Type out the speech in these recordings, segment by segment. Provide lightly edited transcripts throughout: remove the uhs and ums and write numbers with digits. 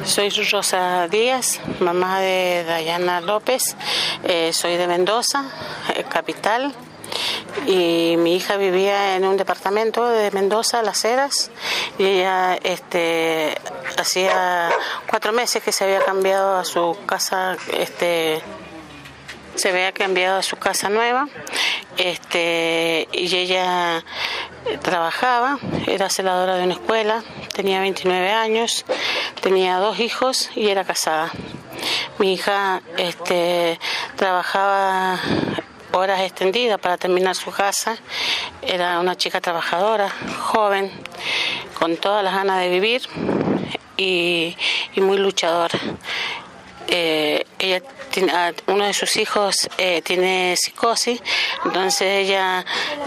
Soy Rosa Díaz, mamá de Dayana López, soy de Mendoza, capital, y mi hija vivía en un departamento de Mendoza, Las Heras, y ella hacía 4 meses que se había cambiado a su casa, nueva, y ella trabajaba, era celadora de una escuela, tenía 29 años, tenía 2 hijos y era casada. Mi hija trabajaba horas extendidas para terminar su casa, era una chica trabajadora, joven, con todas las ganas de vivir y muy luchadora. Ella uno de sus hijos tiene psicosis, entonces ella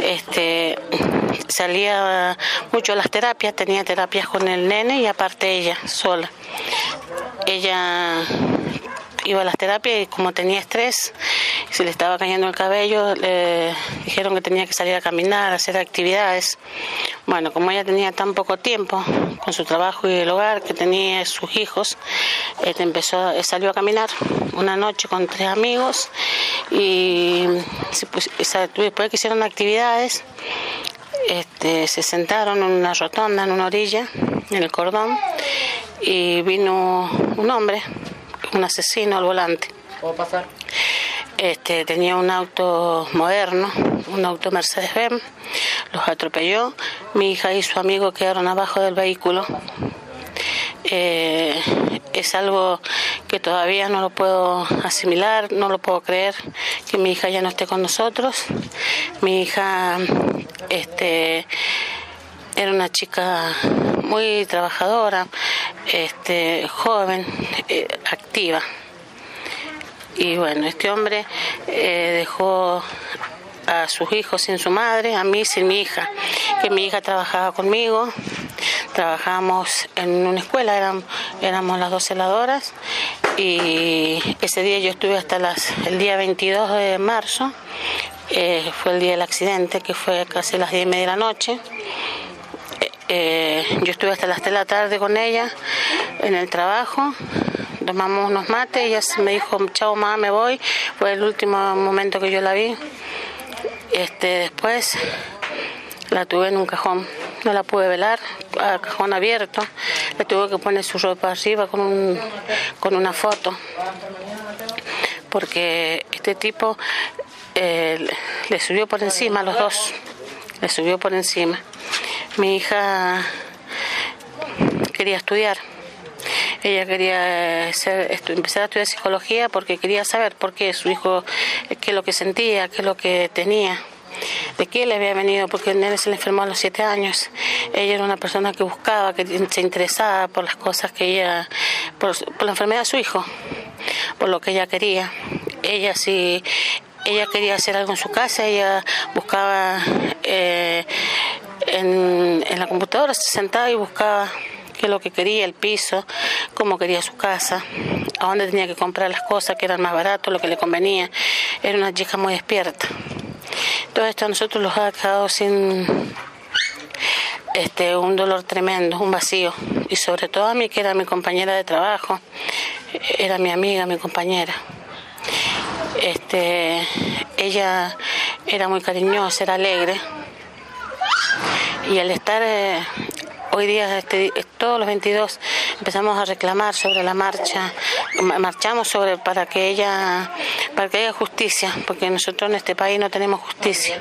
salía mucho a las terapias, tenía terapias con el nene y aparte ella sola. Ella iba a las terapias y como tenía estrés, se le estaba cayendo el cabello, le dijeron que tenía que salir a caminar, a hacer actividades. Bueno, como ella tenía tan poco tiempo con su trabajo y el hogar que tenía sus hijos, salió a caminar una noche con 3 amigos y después que hicieron actividades, se sentaron en una rotonda, en una orilla, en el cordón, y vino un hombre, un asesino al volante. ¿Puedo pasar? Tenía un auto moderno, un auto Mercedes-Benz, los atropelló. Mi hija y su amigo quedaron abajo del vehículo. Es algo que todavía no lo puedo asimilar, no lo puedo creer, que mi hija ya no esté con nosotros. Mi hija era una chica muy trabajadora, joven, activa. Y bueno, este hombre dejó a sus hijos sin su madre, a mí sin mi hija, que mi hija trabajaba conmigo, trabajábamos en una escuela, éramos las 2 celadoras, y ese día yo estuve hasta el día 22 de marzo, fue el día del accidente, que fue casi las 10:30 de la noche. Yo estuve hasta las 3 de la tarde con ella en el trabajo, tomamos unos mates, ella me dijo, chao mamá, me voy, fue el último momento que yo la vi. Después la tuve en un cajón, no la pude velar, a cajón abierto, le tuve que poner su ropa arriba con una foto, porque este tipo le subió por encima a los dos, le subió por encima. Mi hija quería estudiar. Ella quería empezar a estudiar psicología porque quería saber por qué su hijo, qué es lo que sentía, qué es lo que tenía, de qué le había venido, porque el nene se le enfermó a los 7 años. Ella era una persona que buscaba, que se interesaba por las cosas que ella, por la enfermedad de su hijo, por lo que ella quería. Ella quería hacer algo en su casa, ella buscaba en la computadora, se sentaba y buscaba qué es lo que quería, el piso, cómo quería su casa, a dónde tenía que comprar las cosas que eran más baratos, lo que le convenía. Era una chica muy despierta. Todo esto a nosotros los ha dejado sin un dolor tremendo, un vacío, y sobre todo a mí, que era mi compañera de trabajo, era mi amiga, mi compañera. Ella era muy cariñosa, era alegre, y al estar hoy día, todos los 22, empezamos a reclamar sobre la marcha, marchamos para que haya justicia, porque nosotros en este país no tenemos justicia.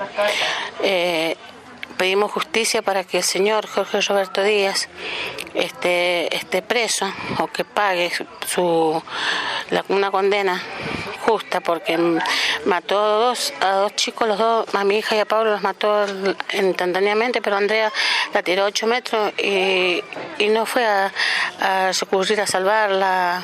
Pedimos justicia para que el señor Jorge Roberto Díaz esté preso, o que pague una condena justa, porque mató a dos chicos, los dos, a mi hija y a Pablo los mató instantáneamente, pero Andrea la tiró 8 metros y no fue a recurrir a salvarla,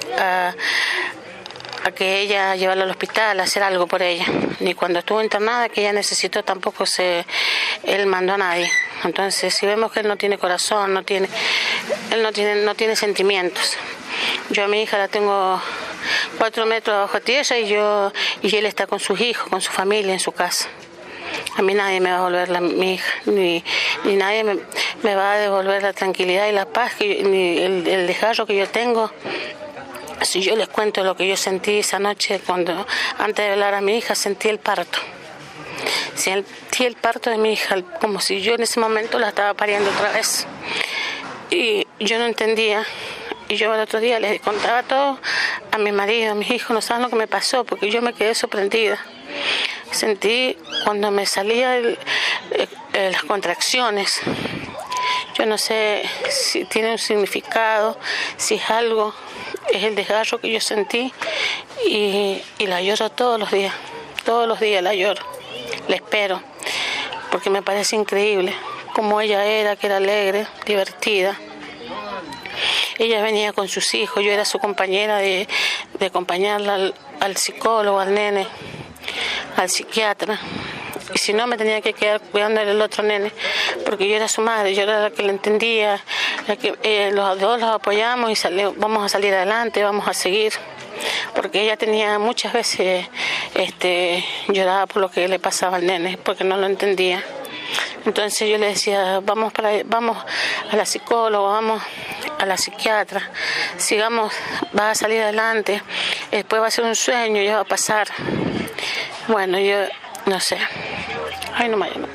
a que ella llevarla al hospital, a hacer algo por ella, ni cuando estuvo internada, que ella necesitó, tampoco él mandó a nadie. Entonces, si vemos que él no tiene corazón, no tiene sentimientos. Yo a mi hija la tengo 4 metros bajo tierra y él está con sus hijos, con su familia en su casa. A mí nadie me va a volver mi hija, ni nadie me va a devolver la tranquilidad y la paz, el desgarro que yo tengo. Si yo les cuento lo que yo sentí esa noche, cuando antes de velar a mi hija, sentí el parto. Sentí el parto de mi hija, como si yo en ese momento la estaba pariendo otra vez. Y yo no entendía. Y yo el otro día les contaba todo a mi marido, a mis hijos, no saben lo que me pasó, porque yo me quedé sorprendida. Sentí cuando me salían las contracciones. Yo no sé si tiene un significado, si es algo, es el desgarro que yo sentí y la lloro todos los días la lloro, la espero, porque me parece increíble cómo ella era, que era alegre, divertida. Ella venía con sus hijos, yo era su compañera de acompañarla al psicólogo, al nene, al psiquiatra. Y si no, me tenía que quedar cuidándole al otro nene, porque yo era su madre, yo era la que le entendía, la que los dos los apoyamos y vamos a salir adelante, vamos a seguir. Porque ella tenía muchas veces, lloraba por lo que le pasaba al nene, porque no lo entendía. Entonces yo le decía, vamos a la psicóloga, vamos a la psiquiatra, sigamos, vas a salir adelante, después va a ser un sueño, ya va a pasar. Bueno, yo no sé. Ay, no me llamo.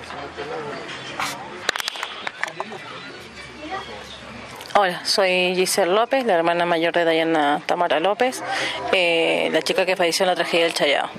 Hola, soy Giselle López, la hermana mayor de Dayana Tamara López, la chica que falleció en la tragedia del Chayao.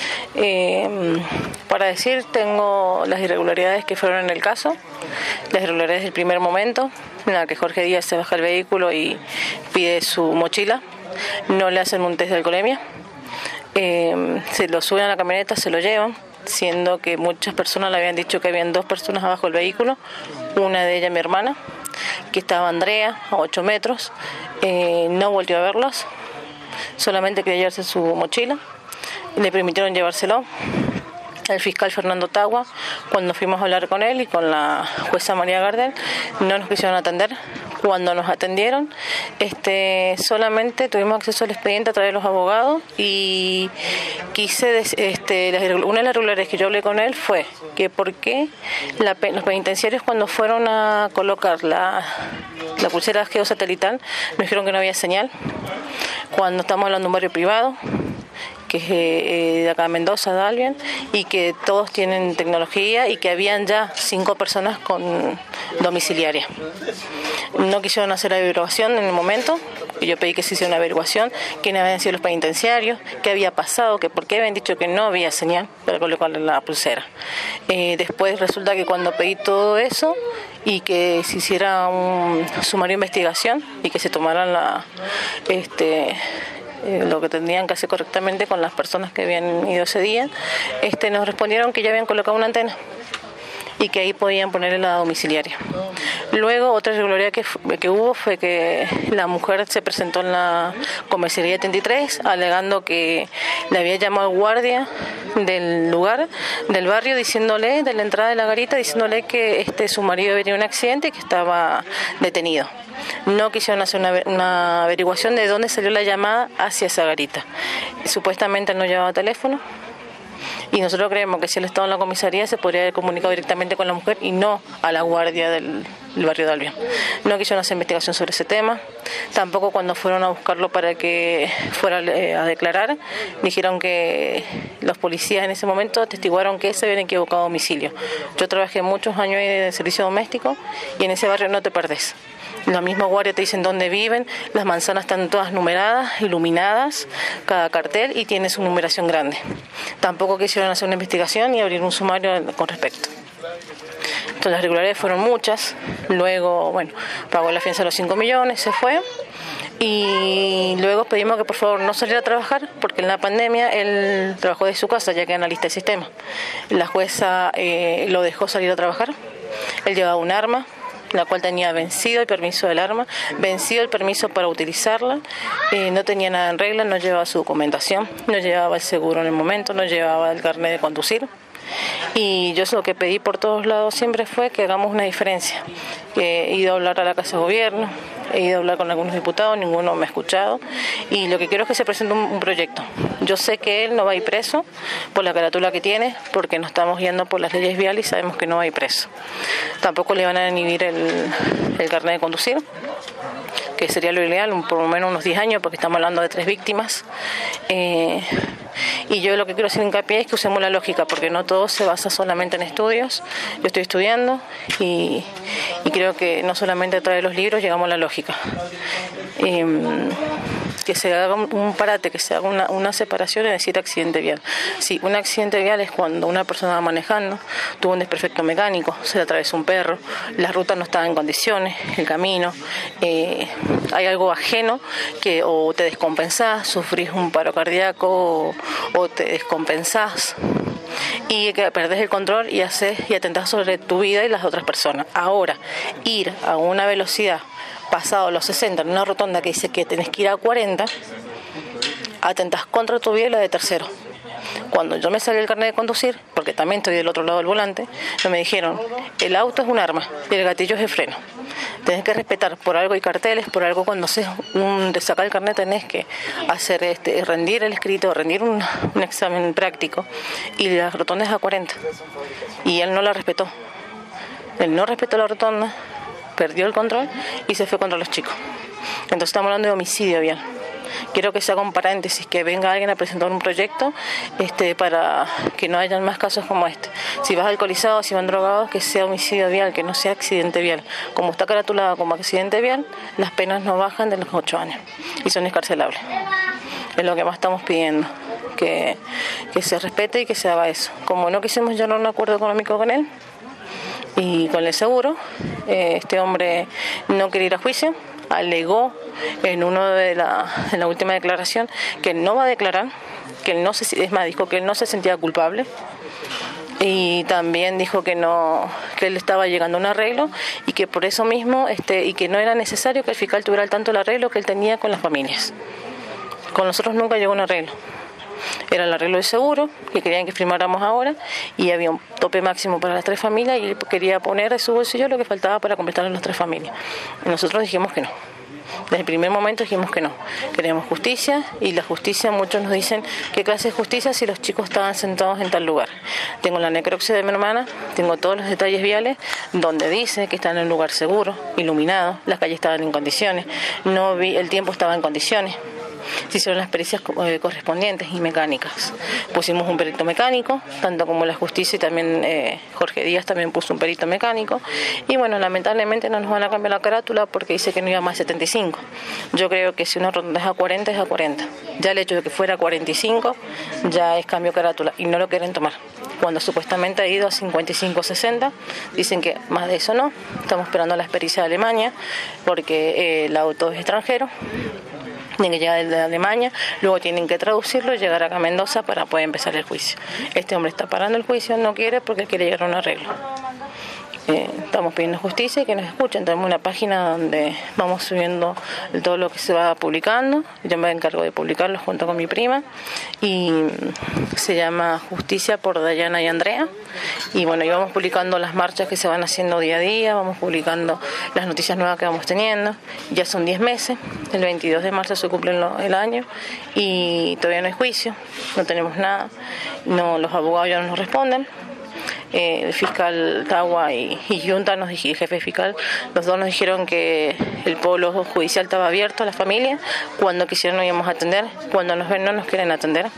Para decir, tengo las irregularidades que fueron en el caso, las irregularidades del primer momento, en la que Jorge Díaz se baja del vehículo y pide su mochila, no le hacen un test de alcoholemia, se lo suben a la camioneta, se lo llevan, siendo que muchas personas le habían dicho que habían 2 personas abajo del vehículo, una de ellas mi hermana, que estaba Andrea a 8 metros, no volvió a verlos, solamente quería llevarse su mochila, le permitieron llevárselo. El fiscal Fernando Tagua, cuando fuimos a hablar con él y con la jueza María Gardel, no nos quisieron atender. Cuando nos atendieron, solamente tuvimos acceso al expediente a través de los abogados y una de las irregularidades que yo hablé con él fue que por qué los penitenciarios cuando fueron a colocar la pulsera geosatelital nos dijeron que no había señal, cuando estamos hablando de un barrio privado, que es de acá Mendoza, de Albion, y que todos tienen tecnología y que habían ya 5 personas con domiciliaria. No quisieron hacer la averiguación en el momento, y yo pedí que se hiciera una averiguación, quiénes habían sido los penitenciarios, qué había pasado, que por qué habían dicho que no había señal para colocarle la pulsera. Después resulta que cuando pedí todo eso y que se hiciera un sumario de investigación y que se tomaran lo que tendrían que hacer correctamente con las personas que habían ido ese día, nos respondieron que ya habían colocado una antena y que ahí podían ponerle la domiciliaria. Luego, otra irregularidad que hubo fue que la mujer se presentó en la comisaría 33 alegando que le había llamado al guardia del lugar, del barrio, diciéndole, de la entrada de la garita, diciéndole que su marido había tenido un accidente y que estaba detenido. No quisieron hacer una averiguación de dónde salió la llamada hacia esa garita. Supuestamente él no llevaba teléfono y nosotros creemos que si él estaba en la comisaría se podría haber comunicado directamente con la mujer y no a la guardia del barrio de Albion. No quisieron hacer investigación sobre ese tema. Tampoco cuando fueron a buscarlo para que fuera a declarar, dijeron que los policías en ese momento atestiguaron que se habían equivocado a domicilio. Yo trabajé muchos años en servicio doméstico y en ese barrio no te perdés. La misma guardia te dicen dónde viven, las manzanas están todas numeradas, iluminadas, cada cartel y tiene su numeración grande. Tampoco quisieron hacer una investigación y abrir un sumario con respecto. Entonces las irregularidades fueron muchas, luego, pagó la fianza de los 5 millones, se fue y luego pedimos que por favor no saliera a trabajar porque en la pandemia él trabajó de su casa ya que analista de sistema. La jueza lo dejó salir a trabajar, él llevaba un arma, la cual tenía vencido el permiso del arma, vencido el permiso para utilizarla, no tenía nada en regla, no llevaba su documentación, no llevaba el seguro en el momento, no llevaba el carnet de conducir. Y yo lo que pedí por todos lados siempre fue que hagamos una diferencia. He ido a hablar a la Casa de Gobierno, he ido a hablar con algunos diputados, ninguno me ha escuchado, y lo que quiero es que se presente un proyecto. Yo sé que él no va a ir preso por la carátula que tiene, porque nos estamos guiando por las leyes viales y sabemos que no va a ir preso. Tampoco le van a inhibir el carnet de conducir, que sería lo ideal, por lo menos unos 10 años, porque estamos hablando de 3 víctimas. Y yo lo que quiero hacer hincapié es que usemos la lógica, porque no todo se basa solamente en estudios. Yo estoy estudiando y creo que no solamente a través de los libros llegamos a la lógica. Que se haga un parate, que se haga una separación es decir accidente vial. Sí, un accidente vial es cuando una persona va manejando, tuvo un desperfecto mecánico, se le atravesó un perro, la ruta no estaba en condiciones, el camino, hay algo ajeno que o te descompensás, sufrís un paro cardíaco o te descompensás y que perdés el control y atentás sobre tu vida y las otras personas. Ahora, ir a una velocidad pasado los 60 en una rotonda que dice que tenés que ir a 40, atentás contra tu vida y la de tercero. Cuando yo me salí el carnet de conducir, porque también estoy del otro lado del volante, me dijeron, el auto es un arma y el gatillo es el freno. Tenés que respetar, por algo hay carteles, por algo cuando te sacar el carnet tenés que hacer rendir el escrito, rendir un examen práctico, y la rotonda es a 40. Y él no la respetó. Él no respetó la rotonda, perdió el control y se fue contra los chicos. Entonces estamos hablando de homicidio vial. Quiero que se haga un paréntesis, que venga alguien a presentar un proyecto para que no hayan más casos como este. Si vas alcoholizado, si van drogados, que sea homicidio vial, que no sea accidente vial. Como está caratulado como accidente vial, las penas no bajan de los 8 años y son escarcelables. Es lo que más estamos pidiendo, que se respete y que se haga eso. Como no quisimos llegar a un acuerdo económico con él y con el seguro, este hombre no quería ir a juicio, alegó en la última declaración que él no va a declarar, que él dijo que él no se sentía culpable, y también dijo que él estaba llegando a un arreglo y que por eso mismo y que no era necesario que el fiscal tuviera al tanto el arreglo que él tenía con las familias. Con nosotros nunca llegó a un arreglo. Era el arreglo de seguro, que querían que firmáramos ahora, y había un tope máximo para las 3 familias, y él quería poner de su bolsillo lo que faltaba para completar a las 3 familias. Y nosotros dijimos que no. Desde el primer momento dijimos que no. Queremos justicia, y la justicia, muchos nos dicen, ¿qué clase de justicia si los chicos estaban sentados en tal lugar? Tengo la necropsia de mi hermana, tengo todos los detalles viales, donde dice que están en un lugar seguro, iluminado, las calles estaban en condiciones, el tiempo estaba en condiciones. Se hicieron las pericias correspondientes y mecánicas. Pusimos un perito mecánico, tanto como la justicia, y también Jorge Díaz también puso un perito mecánico. Y bueno, lamentablemente no nos van a cambiar la carátula porque dice que no iba más de 75. Yo creo que si una rotonda es a 40, es a 40. Ya el hecho de que fuera 45 ya es cambio de carátula y no lo quieren tomar. Cuando supuestamente ha ido a 55-60, dicen que más de eso no. Estamos esperando la experiencia de Alemania porque el auto es extranjero. Tienen que llegar de Alemania, luego tienen que traducirlo y llegar acá a Mendoza para poder empezar el juicio. Este hombre está parando el juicio, no quiere porque quiere llegar a un arreglo. Estamos pidiendo justicia y que nos escuchen. Tenemos una página donde vamos subiendo todo lo que se va publicando. Yo me encargo de publicarlo junto con mi prima y se llama Justicia por Dayana y Andrea. Y bueno, y vamos publicando las marchas que se van haciendo día a día, vamos publicando las noticias nuevas que vamos teniendo. Ya son 10 meses, el 22 de marzo se cumple el año y todavía no hay juicio, no tenemos nada, los abogados ya no nos responden. El fiscal Tagua y Junta, el jefe fiscal, los dos nos dijeron que el polo judicial estaba abierto a la familia, cuando quisieran nos íbamos a atender, cuando nos ven no nos quieren atender.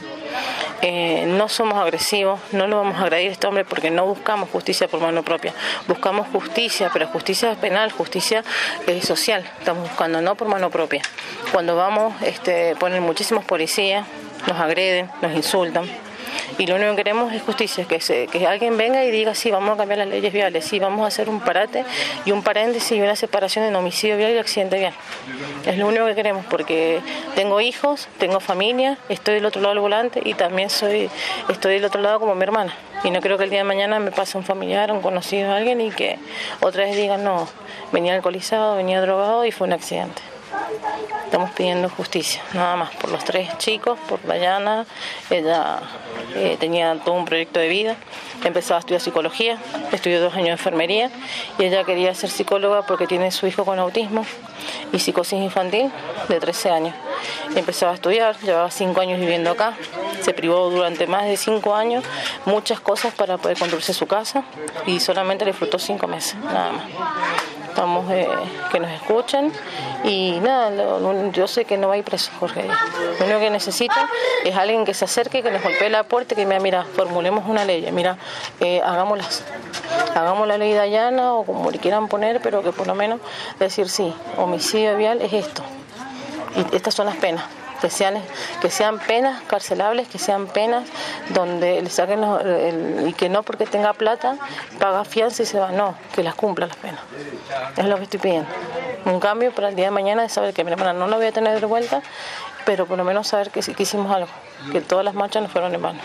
No somos agresivos, no lo vamos a agredir a este hombre porque no buscamos justicia por mano propia, buscamos justicia, pero justicia penal, justicia social, estamos buscando, no por mano propia. Cuando vamos, ponen muchísimos policías, nos agreden, nos insultan. Y lo único que queremos es justicia, que alguien venga y diga, sí, vamos a cambiar las leyes viales, sí, vamos a hacer un parate y un paréntesis y una separación en homicidio vial y accidente vial. Es lo único que queremos, porque tengo hijos, tengo familia, estoy del otro lado del volante y también estoy del otro lado como mi hermana. Y no creo que el día de mañana me pase un familiar, un conocido, alguien y que otra vez digan, no, venía alcoholizado, venía drogado y fue un accidente. Estamos pidiendo justicia, nada más, por los 3 chicos, por Dayana. Ella tenía todo un proyecto de vida, empezó a estudiar psicología, estudió 2 años de enfermería y ella quería ser psicóloga porque tiene su hijo con autismo y psicosis infantil de 13 años. Empezó a estudiar, llevaba 5 años viviendo acá, se privó durante más de 5 años muchas cosas para poder construirse su casa y solamente le disfrutó 5 meses, nada más. Estamos que nos escuchen y nada, yo sé que no va a ir preso Jorge Díaz. Lo único que necesita es alguien que se acerque, que nos golpee la puerta y que me diga, mira, formulemos una ley, mira, hagamos la ley Dayana o como le quieran poner, pero que por lo menos decir sí, homicidio vial es esto y estas son las penas. Que sean penas carcelables, que sean penas donde le saquen y que no porque tenga plata paga fianza y se va, no, que las cumpla las penas. Es lo que estoy pidiendo. Un cambio para el día de mañana de saber que mi hermana no la voy a tener de vuelta, pero por lo menos saber que hicimos algo, que todas las marchas no fueron en vano.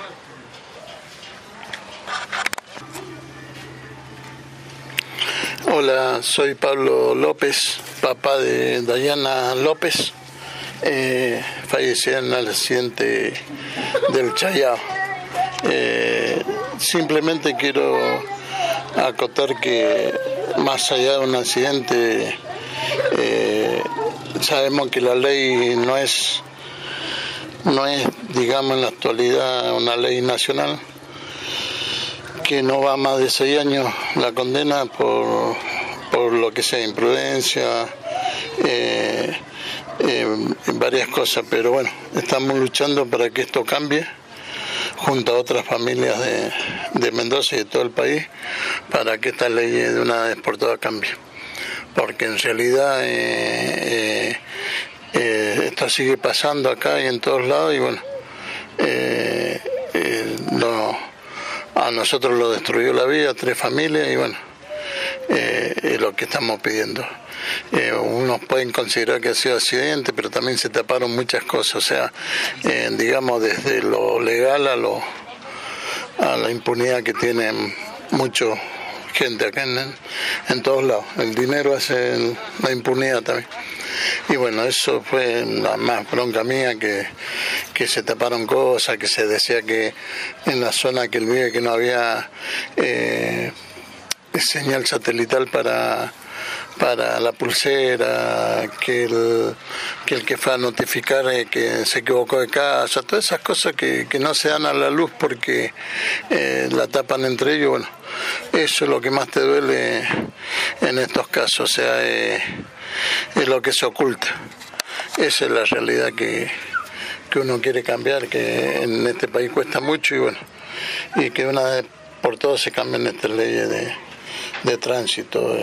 Hola, soy Pablo López, papá de Dayana López. Fallecida en el accidente del Chayao. Simplemente quiero acotar que más allá de un accidente, sabemos que la ley no es, digamos, en la actualidad una ley nacional, que no va más de 6 años la condena por lo que sea imprudencia, varias cosas, pero bueno, estamos luchando para que esto cambie junto a otras familias de Mendoza y de todo el país, para que esta ley de una vez por todas cambie, porque en realidad esto sigue pasando acá y en todos lados y bueno, a nosotros lo destruyó la vida, 3 familias y bueno, es lo que estamos pidiendo. Unos pueden considerar que ha sido accidente, pero también se taparon muchas cosas, o sea, digamos desde lo legal a la impunidad que tienen mucha gente acá en todos lados. El dinero hace la impunidad también. Y bueno, eso fue la más bronca mía, que se taparon cosas, que se decía que en la zona que él vive que no había señal satelital para la pulsera, que el que fue a notificar que se equivocó de casa, todas esas cosas que no se dan a la luz porque la tapan entre ellos. Bueno, eso es lo que más te duele en estos casos, o sea, es lo que se oculta. Esa es la realidad que uno quiere cambiar, que en este país cuesta mucho y bueno, y que una vez por todas se cambien estas leyes de tránsito.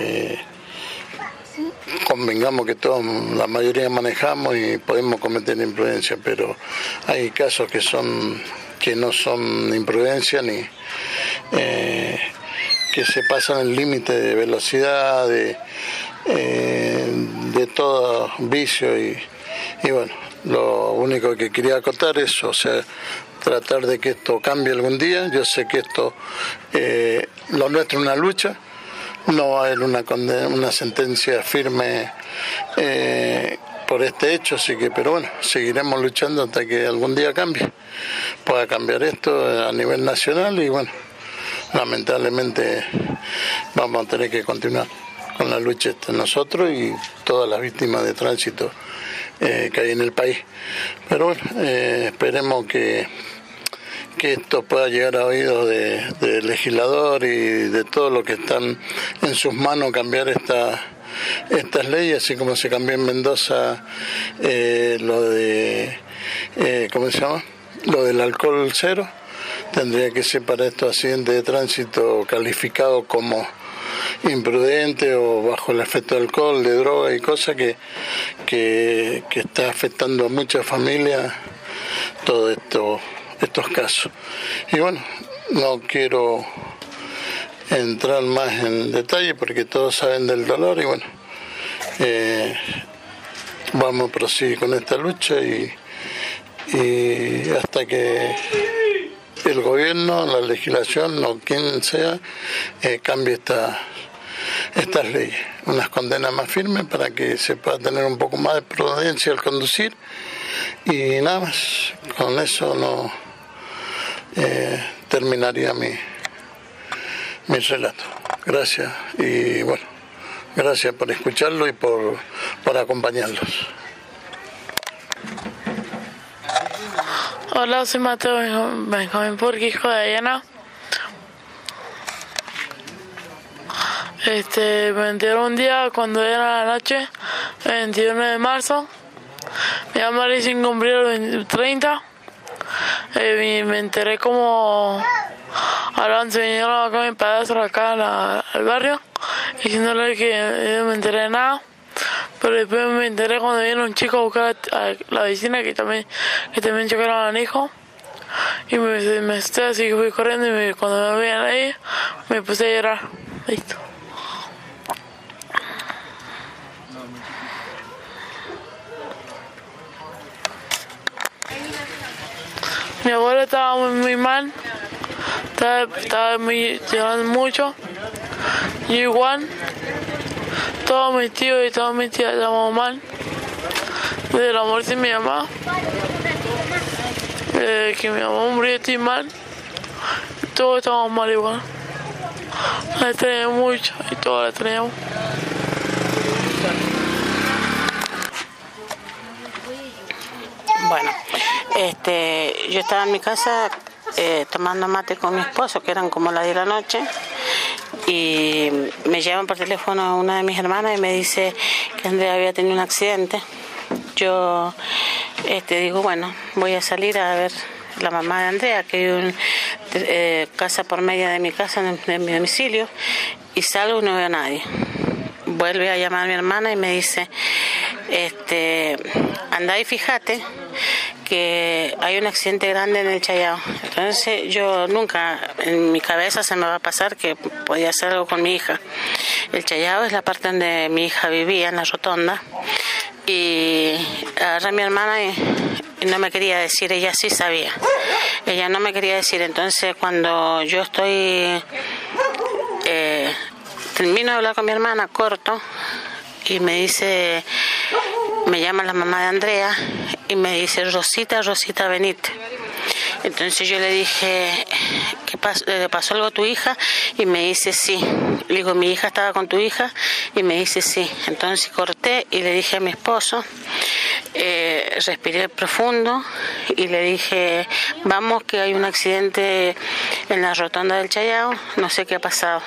Convengamos que todos, la mayoría manejamos y podemos cometer imprudencia, pero hay casos que no son imprudencia ni que se pasan el límite de velocidad, de todo vicio y bueno, lo único que quería acotar es eso, o sea, tratar de que esto cambie algún día. Yo sé que esto, lo nuestro es una lucha. No va a haber una sentencia firme por este hecho, así que, pero bueno, seguiremos luchando hasta que algún día cambie, pueda cambiar esto a nivel nacional y bueno, lamentablemente vamos a tener que continuar con la lucha nosotros y todas las víctimas de tránsito que hay en el país. Pero bueno, esperemos que esto pueda llegar a oídos de legislador y de todo lo que están en sus manos, cambiar estas leyes, así como se cambió en Mendoza lo de, ¿cómo se llama? Lo del alcohol cero. Tendría que ser para estos accidentes de tránsito calificados como imprudente o bajo el efecto de alcohol, de droga y cosas que está afectando a muchas familias todo estos casos. Y bueno, no quiero entrar más en detalle porque todos saben del dolor y bueno, vamos a proseguir con esta lucha y hasta que el gobierno, la legislación o quien sea cambie estas leyes, unas condenas más firmes para que se pueda tener un poco más de prudencia al conducir, y nada más. Con eso no terminaría mi relato. Gracias, y bueno, gracias por escucharlo y por acompañarlos. Hola, soy Mateo Benjamín Purki, hijo de Diana. Me enteré un día cuando era la noche, el 21 de marzo. Mi mamá le hizo cumplir el 30. Me enteré como hablaban, se vinieron acá mis padres acá al barrio, diciéndole que yo no me enteré de nada. Pero después me enteré cuando vino un chico a buscar a la vecina que también chocaron al hijo. Y me asusté, así que fui corriendo y cuando me veían ahí me puse a llorar. Listo. Mi abuelo estaba muy mal, estaba llorando mucho. Y igual, todos mis tíos y todas mis tías estábamos mal. Desde la muerte de mi mamá, desde que mi mamá murió estoy mal. Todos estábamos mal igual. La extrañamos mucho y todos la extrañamos. Bueno, yo estaba en mi casa tomando mate con mi esposo, que eran como las 10 de la noche, y me llaman por teléfono una de mis hermanas y me dice que Andrea había tenido un accidente. Yo digo, bueno, voy a salir a ver la mamá de Andrea, que vive en casa por media de mi casa, en mi domicilio, y salgo y no veo a nadie. Vuelve a llamar a mi hermana y me dice, andá y fíjate que hay un accidente grande en el Chayao. Entonces yo nunca, en mi cabeza se me va a pasar que podía hacer algo con mi hija. El Chayao es la parte donde mi hija vivía, en la rotonda, y agarré a mi hermana y no me quería decir, ella sí sabía. Ella no me quería decir, entonces cuando yo termino de hablar con mi hermana, corto, y me dice, me llama la mamá de Andrea y me dice, Rosita, venite. Entonces yo le dije, ¿qué pasó? ¿Le pasó algo a tu hija? Y me dice, sí. Le digo, ¿mi hija estaba con tu hija? Y me dice, sí. Entonces corté y le dije a mi esposo, respiré profundo y le dije, vamos que hay un accidente en la rotonda del Chayao, no sé qué ha pasado.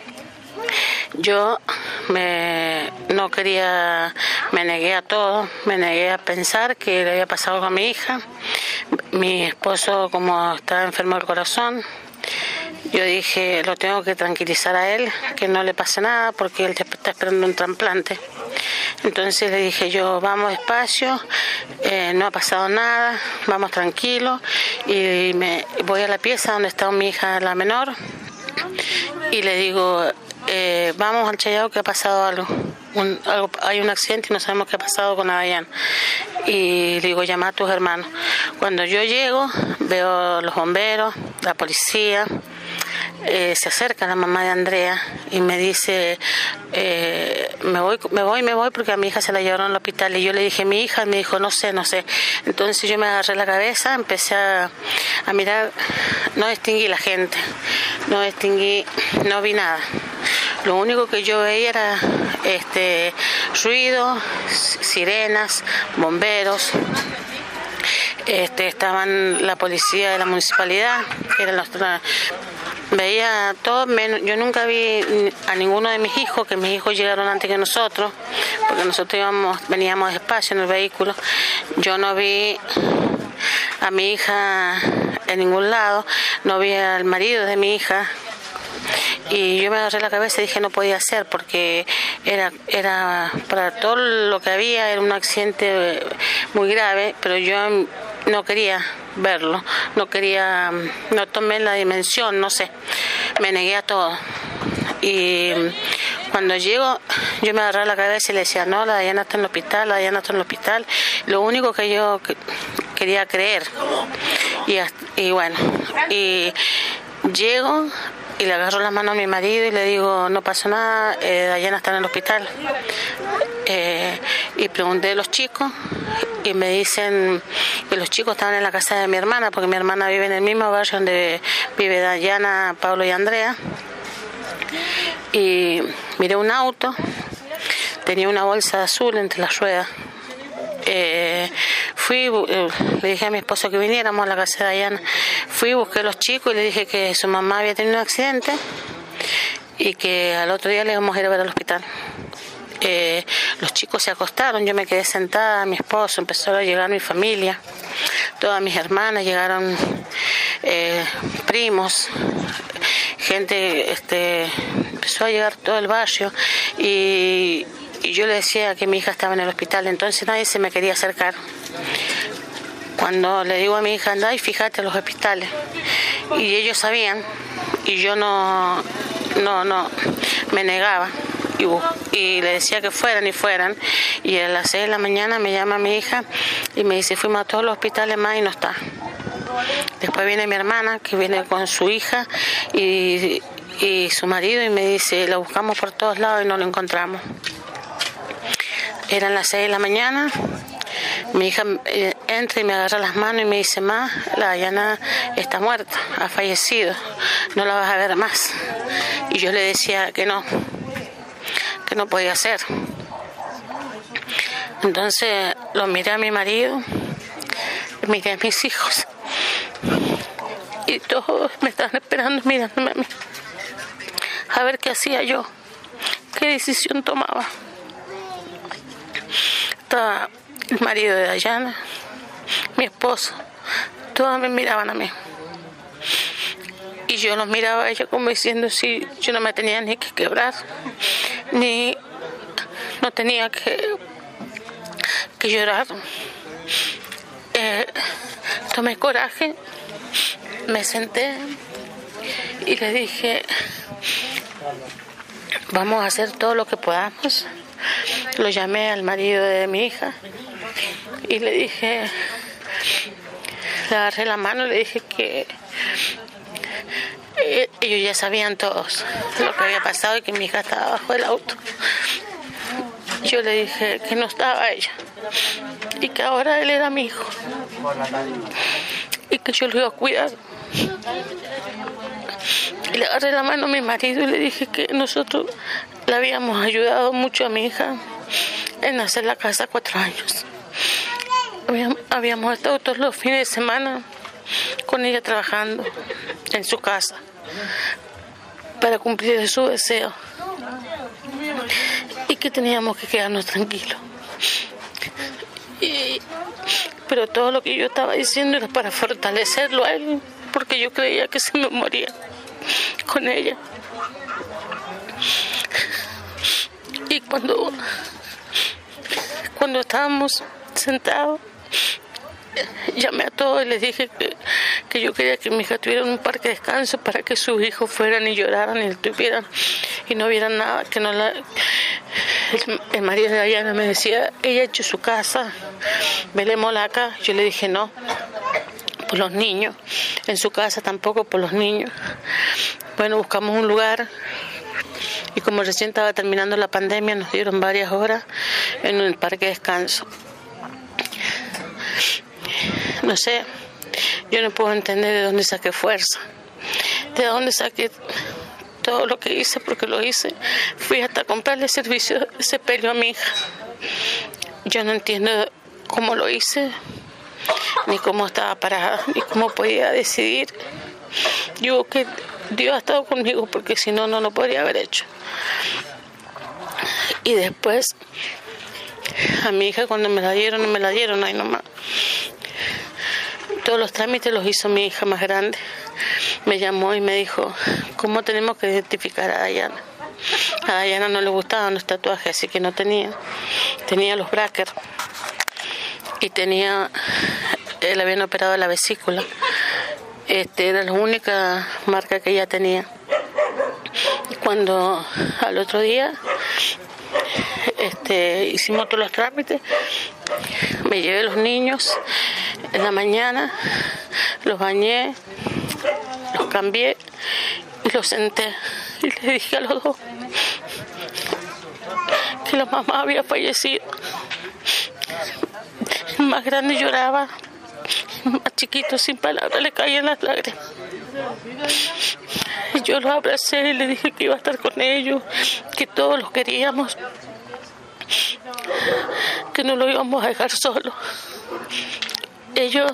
Yo no quería, me negué a todo, me negué a pensar que le había pasado con mi hija. Mi esposo, como estaba enfermo del corazón, yo dije, lo tengo que tranquilizar a él, que no le pase nada porque él está esperando un trasplante. Entonces le dije yo, vamos despacio, no ha pasado nada, vamos tranquilos, y me voy a la pieza donde está mi hija, la menor, y le digo, vamos al Chayao, que ha pasado algo, hay un accidente y no sabemos qué ha pasado con Adayán. Y le digo, llama a tus hermanos. Cuando yo llego, veo los bomberos, la policía, se acerca la mamá de Andrea y me dice, me voy porque a mi hija se la llevaron al hospital. Y yo le dije, mi hija, me dijo, no sé. Entonces yo me agarré la cabeza, empecé a mirar, no distinguí la gente, no vi nada. Lo único que yo veía era ruido, sirenas, bomberos. Estaban la policía de la municipalidad, que eran veía todo menos. Yo nunca vi a ninguno de mis hijos, que mis hijos llegaron antes que nosotros, porque nosotros veníamos despacio en el vehículo. Yo no vi a mi hija en ningún lado, no vi al marido de mi hija. Y yo me agarré la cabeza y dije, no podía ser, porque era para todo lo que había, era un accidente muy grave, pero yo no quería verlo, no tomé la dimensión, no sé, me negué a todo. Y cuando llego, yo me agarré la cabeza y le decía, no, la Dayana está en el hospital, Lo único que yo quería creer. Y bueno, y llego y le agarro la mano a mi marido y le digo, no pasó nada, Dayana está en el hospital. Y pregunté a los chicos y me dicen que los chicos estaban en la casa de mi hermana, porque mi hermana vive en el mismo barrio donde vive Dayana, Pablo y Andrea. Y miré un auto, tenía una bolsa azul entre las ruedas. Fui, le dije a mi esposo que viniéramos a la casa de Dayana. Fui, busqué a los chicos y le dije que su mamá había tenido un accidente y que al otro día le íbamos a ir a ver al hospital. Los chicos se acostaron, yo me quedé sentada, mi esposo, empezó a llegar mi familia, todas mis hermanas, llegaron primos, gente, empezó a llegar todo el barrio y yo le decía que mi hija estaba en el hospital, entonces nadie se me quería acercar. Cuando le digo a mi hija, anda y fíjate los hospitales, y ellos sabían, y yo no me negaba, y le decía que fueran, y a las 6 de la mañana me llama mi hija y me dice, fuimos a todos los hospitales más y no está. Después viene mi hermana, que viene con su hija y su marido, y me dice, la buscamos por todos lados y no lo encontramos. Eran las 6 de la mañana, mi hija entra y me agarra las manos y me dice, ma, la Dayana está muerta, ha fallecido, no la vas a ver más. Y yo le decía que no podía ser. Entonces lo miré a mi marido, miré a mis hijos, y todos me estaban esperando mirándome a mí, a ver qué hacía yo, qué decisión tomaba. Estaba el marido de Dayana, mi esposo, todos me miraban a mí. Y yo los miraba a ella como diciendo, si yo no me tenía ni que quebrar, ni no tenía que llorar. Tomé coraje, me senté y le dije, vamos a hacer todo lo que podamos. Lo llamé al marido de mi hija y le dije, le agarré la mano y le dije que ellos ya sabían todos lo que había pasado y que mi hija estaba abajo del auto. Yo le dije que no estaba ella y que ahora él era mi hijo y que yo lo iba a cuidar. Y le agarré la mano a mi marido y le dije que nosotros le habíamos ayudado mucho a mi hija en hacer la casa 4 años. Habíamos estado todos los fines de semana con ella trabajando en su casa para cumplir su deseo y que teníamos que quedarnos tranquilos. Pero todo lo que yo estaba diciendo era para fortalecerlo a él, porque yo creía que se me moría con ella. Y cuando estábamos sentados, llamé a todos y les dije que yo quería que mi hija tuviera un parque de descanso para que sus hijos fueran y lloraran y estuvieran y no vieran nada, que no la... El marido de Dayana me decía, ella ha hecho su casa, velémosla acá. Yo le dije no, por los niños, en su casa tampoco por los niños. Bueno, buscamos un lugar y como recién estaba terminando la pandemia nos dieron varias horas en el parque de descanso. No sé, yo no puedo entender de dónde saqué fuerza, de dónde saqué todo lo que hice, porque lo hice. Fui hasta comprarle servicio de sepelio a mi hija. Yo no entiendo cómo lo hice, ni cómo estaba parada, ni cómo podía decidir. Yo que Dios ha estado conmigo, porque si no, no lo podría haber hecho. Y después, a mi hija cuando me la dieron ahí nomás. Todos los trámites los hizo mi hija más grande. Me llamó y me dijo, ¿cómo tenemos que identificar a Dayana? A Dayana no le gustaban los tatuajes, así que no tenía. Tenía los brackets y le habían operado la vesícula. Era la única marca que ella tenía. Cuando al otro día hicimos todos los trámites, me llevé los niños en la mañana, los bañé, los cambié y lo senté y le dije a los dos que la mamá había fallecido. El más grande lloraba, el más chiquito sin palabras le caían las lágrimas. Y yo los abracé y le dije que iba a estar con ellos, que todos los queríamos, que no lo íbamos a dejar solo. Ellos,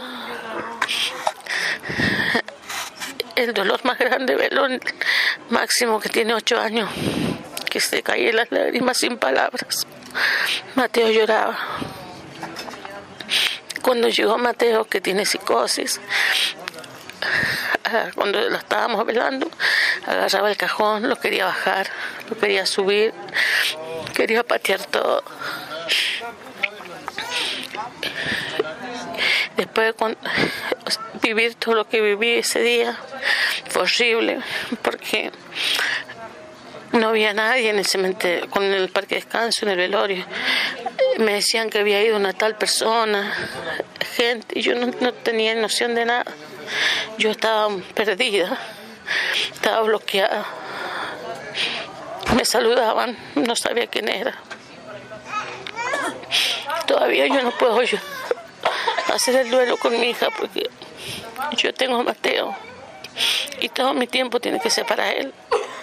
el dolor más grande, verlo Máximo, que tiene 8 años, que se caían las lágrimas sin palabras. Mateo lloraba. Cuando llegó Mateo, que tiene psicosis, cuando lo estábamos velando, agarraba el cajón, lo quería bajar, lo quería subir, quería patear todo. Después de vivir todo lo que viví ese día, fue horrible, porque no había nadie en el cementerio, con el parque de descanso, en el velorio. Me decían que había ido una tal persona, gente, y yo no tenía noción de nada. Yo estaba perdida, estaba bloqueada. Me saludaban, no sabía quién era. Todavía yo no puedo hacer el duelo con mi hija porque yo tengo a Mateo y todo mi tiempo tiene que ser para él.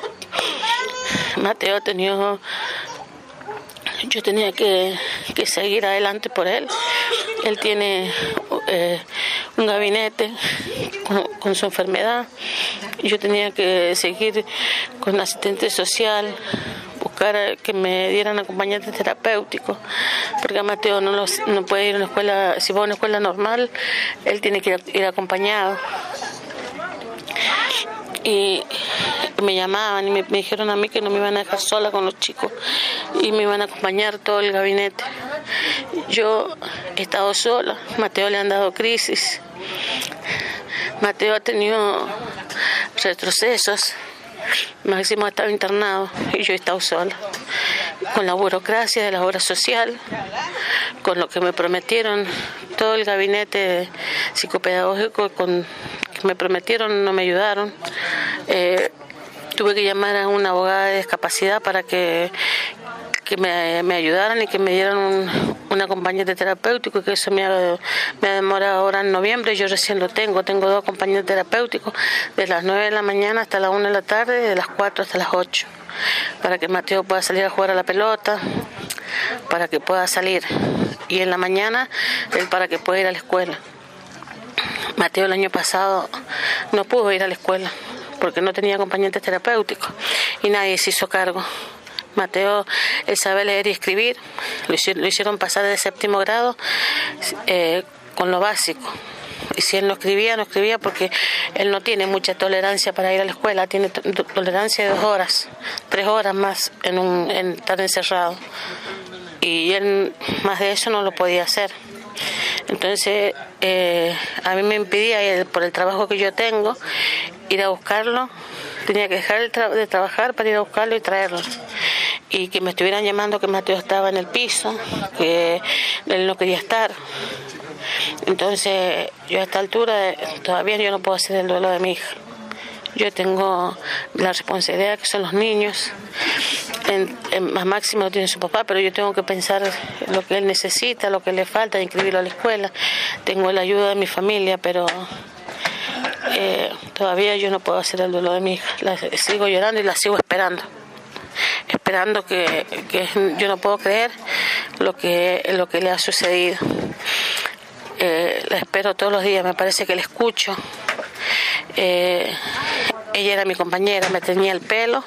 Mateo ha tenido... Yo tenía que seguir adelante por él. Él tiene un gabinete con su enfermedad. Yo tenía que seguir con asistente social, buscar que me dieran acompañante terapéutico, porque a Mateo no puede ir a una escuela. Si va a una escuela normal, él tiene que ir acompañado. Y me llamaban y me dijeron a mí que no me iban a dejar sola con los chicos y me iban a acompañar todo el gabinete. Yo he estado sola. Mateo le han dado crisis. Mateo ha tenido retrocesos. Máximo ha estado internado y yo he estado sola. Con la burocracia de la obra social, con lo que me prometieron, todo el gabinete psicopedagógico que me prometieron no me ayudaron. Tuve que llamar a una abogada de discapacidad para que me ayudaran y que me dieran un acompañante terapéutico, que eso me ha demorado ahora en noviembre. Yo recién lo tengo 2 acompañantes terapéuticos, de las 9 de la mañana hasta las 1 de la tarde, de las 4 hasta las 8, para que Mateo pueda salir a jugar a la pelota, para que pueda salir, y en la mañana él para que pueda ir a la escuela. Mateo el año pasado no pudo ir a la escuela porque no tenía acompañantes terapéuticos y nadie se hizo cargo. Mateo, él sabe leer y escribir, lo hicieron pasar de 7º grado con lo básico. Y si él no escribía porque él no tiene mucha tolerancia para ir a la escuela, tiene tolerancia de 2 horas, 3 horas más en estar encerrado. Y él más de eso no lo podía hacer. Entonces, a mí me impedía, por el trabajo que yo tengo, ir a buscarlo. Tenía que dejar de trabajar para ir a buscarlo y traerlo. Y que me estuvieran llamando que Mateo estaba en el piso, que él no quería estar. Entonces, yo a esta altura todavía yo no puedo hacer el duelo de mi hija. Yo tengo la responsabilidad que son los niños. Más Máximo lo tiene su papá, pero yo tengo que pensar lo que él necesita, lo que le falta, inscribirlo a la escuela. Tengo la ayuda de mi familia, pero todavía yo no puedo hacer el duelo de mi hija. La sigo llorando y la sigo esperando que yo no puedo creer lo que le ha sucedido. La espero todos los días, me parece que la escucho. Ella era mi compañera, me teñía el pelo,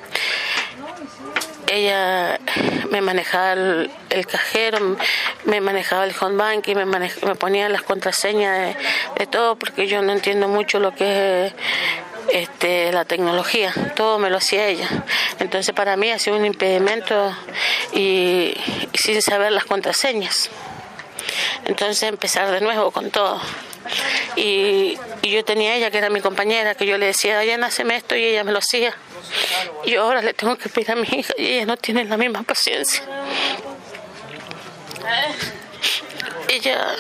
ella me manejaba el cajero, me manejaba el home bank y me ponía las contraseñas de todo, porque yo no entiendo mucho lo que es la tecnología, todo me lo hacía ella. Entonces para mí ha sido un impedimento y sin saber las contraseñas. Entonces empezar de nuevo con todo. Y yo tenía a ella, que era mi compañera, que yo le decía, Dayana, haceme esto, y ella me lo hacía. Y ahora le tengo que pedir a mi hija y ella no tiene la misma paciencia. Ella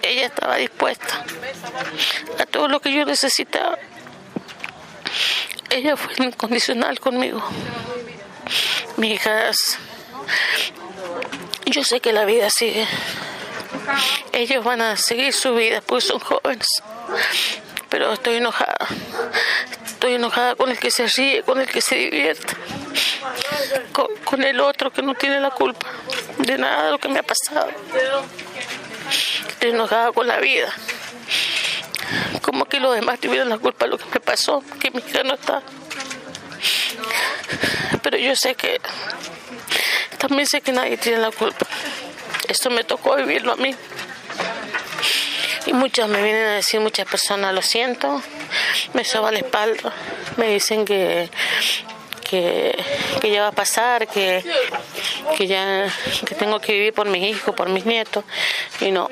estaba dispuesta a todo lo que yo necesitaba. ella fue incondicional conmigo. Mis hijas, yo sé que la vida sigue. Ellos van a seguir su vida porque son jóvenes. Pero estoy enojada. Estoy enojada con el que se ríe, con el que se divierte. Con el otro que no tiene la culpa de nada de lo que me ha pasado. Estoy enojada con la vida. Como que los demás tuvieron la culpa de lo que me pasó, que mi hija no está. Pero yo sé que, también sé que nadie tiene la culpa. Esto me tocó vivirlo a mí. Y muchas me vienen a decir, muchas personas, lo siento, me soba la espalda, me dicen que ya va a pasar, que tengo que vivir por mis hijos, por mis nietos. Y no,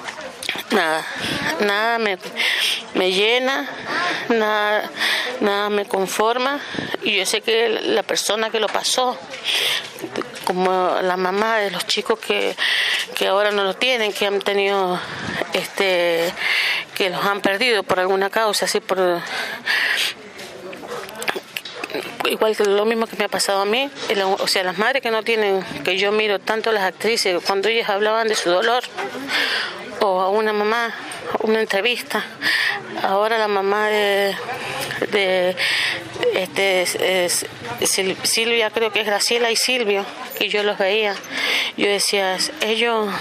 nada me llena, nada me conforma. Y yo sé que la persona que lo pasó, como la mamá de los chicos que ahora no lo tienen, que han tenido, que los han perdido por alguna causa, así por igual que lo mismo que me ha pasado a mí, o sea, las madres que no tienen, que yo miro tanto las actrices, cuando ellas hablaban de su dolor, o a una mamá, una entrevista, ahora la mamá de Silvia, creo que es Graciela y Silvio, que yo los veía, yo decía, ellos,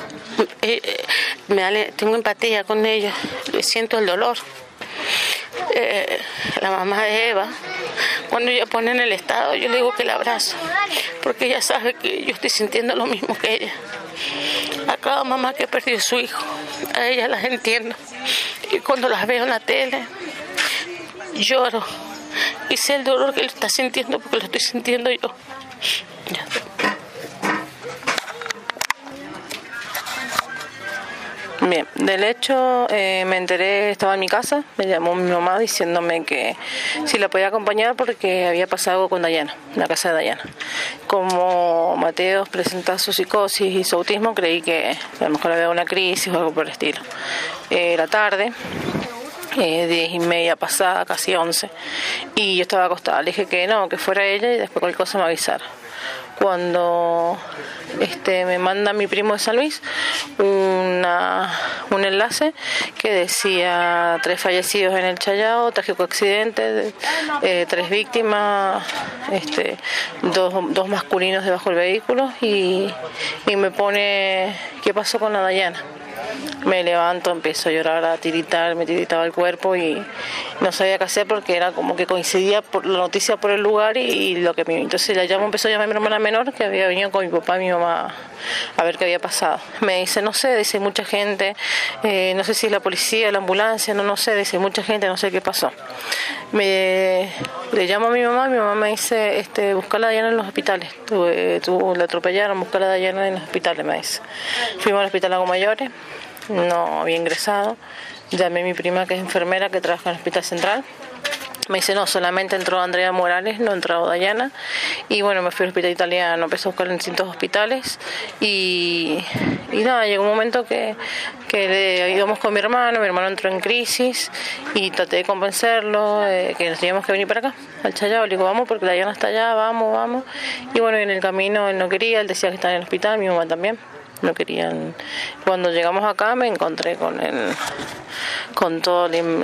tengo empatía con ellos, siento el dolor. La mamá de Eva, cuando ella pone en el estado, yo le digo que la abrazo, porque ella sabe que yo estoy sintiendo lo mismo que ella. A cada mamá que ha perdido a su hijo, a ellas las entiendo, y cuando las veo en la tele lloro y sé el dolor que él está sintiendo, porque lo estoy sintiendo yo. Ya. Bien, del hecho me enteré, estaba en mi casa, me llamó mi mamá diciéndome que si la podía acompañar porque había pasado algo con Dayana, en la casa de Dayana. Como Mateo presenta su psicosis y su autismo, creí que a lo mejor había una crisis o algo por el estilo. Era tarde, 10:30 pasada, casi 11, y yo estaba acostada. Le dije que no, que fuera ella y después cualquier cosa me avisara. Cuando me manda mi primo de San Luis un enlace que decía 3 fallecidos en el Challao, trágico accidente, 3 víctimas, 2 masculinos debajo del vehículo, y me pone ¿qué pasó con la Dayana? Me levanto, empiezo a llorar, a tiritar, me tiritaba el cuerpo y no sabía qué hacer porque era como que coincidía por la noticia por el lugar y lo que entonces empezó a llamar a mi hermana menor, que había venido con mi papá y mi mamá a ver qué había pasado. Me dice, no sé, dice mucha gente, no sé si es la policía, la ambulancia, no sé, dice mucha gente, no sé qué pasó. Le llamo a mi mamá me dice, buscar a Dayana en los hospitales, la atropellaron, buscar a Dayana en los hospitales, me dice. Fuimos al hospital Lago Mayores, no había ingresado, llamé a mi prima que es enfermera, que trabaja en el hospital central. Me dice, no, solamente entró Andrea Morales, no entró Dayana. Y bueno, me fui al hospital italiano, empecé a buscar en distintos hospitales. Y nada, llegó un momento que íbamos con mi hermano entró en crisis y traté de convencerlo, que nos teníamos que venir para acá, al Challao. Le digo, vamos porque Dayana está allá, vamos. Y bueno, en el camino él no quería, él decía que estaba en el hospital, mi mamá también. No querían. Cuando llegamos acá me encontré con todo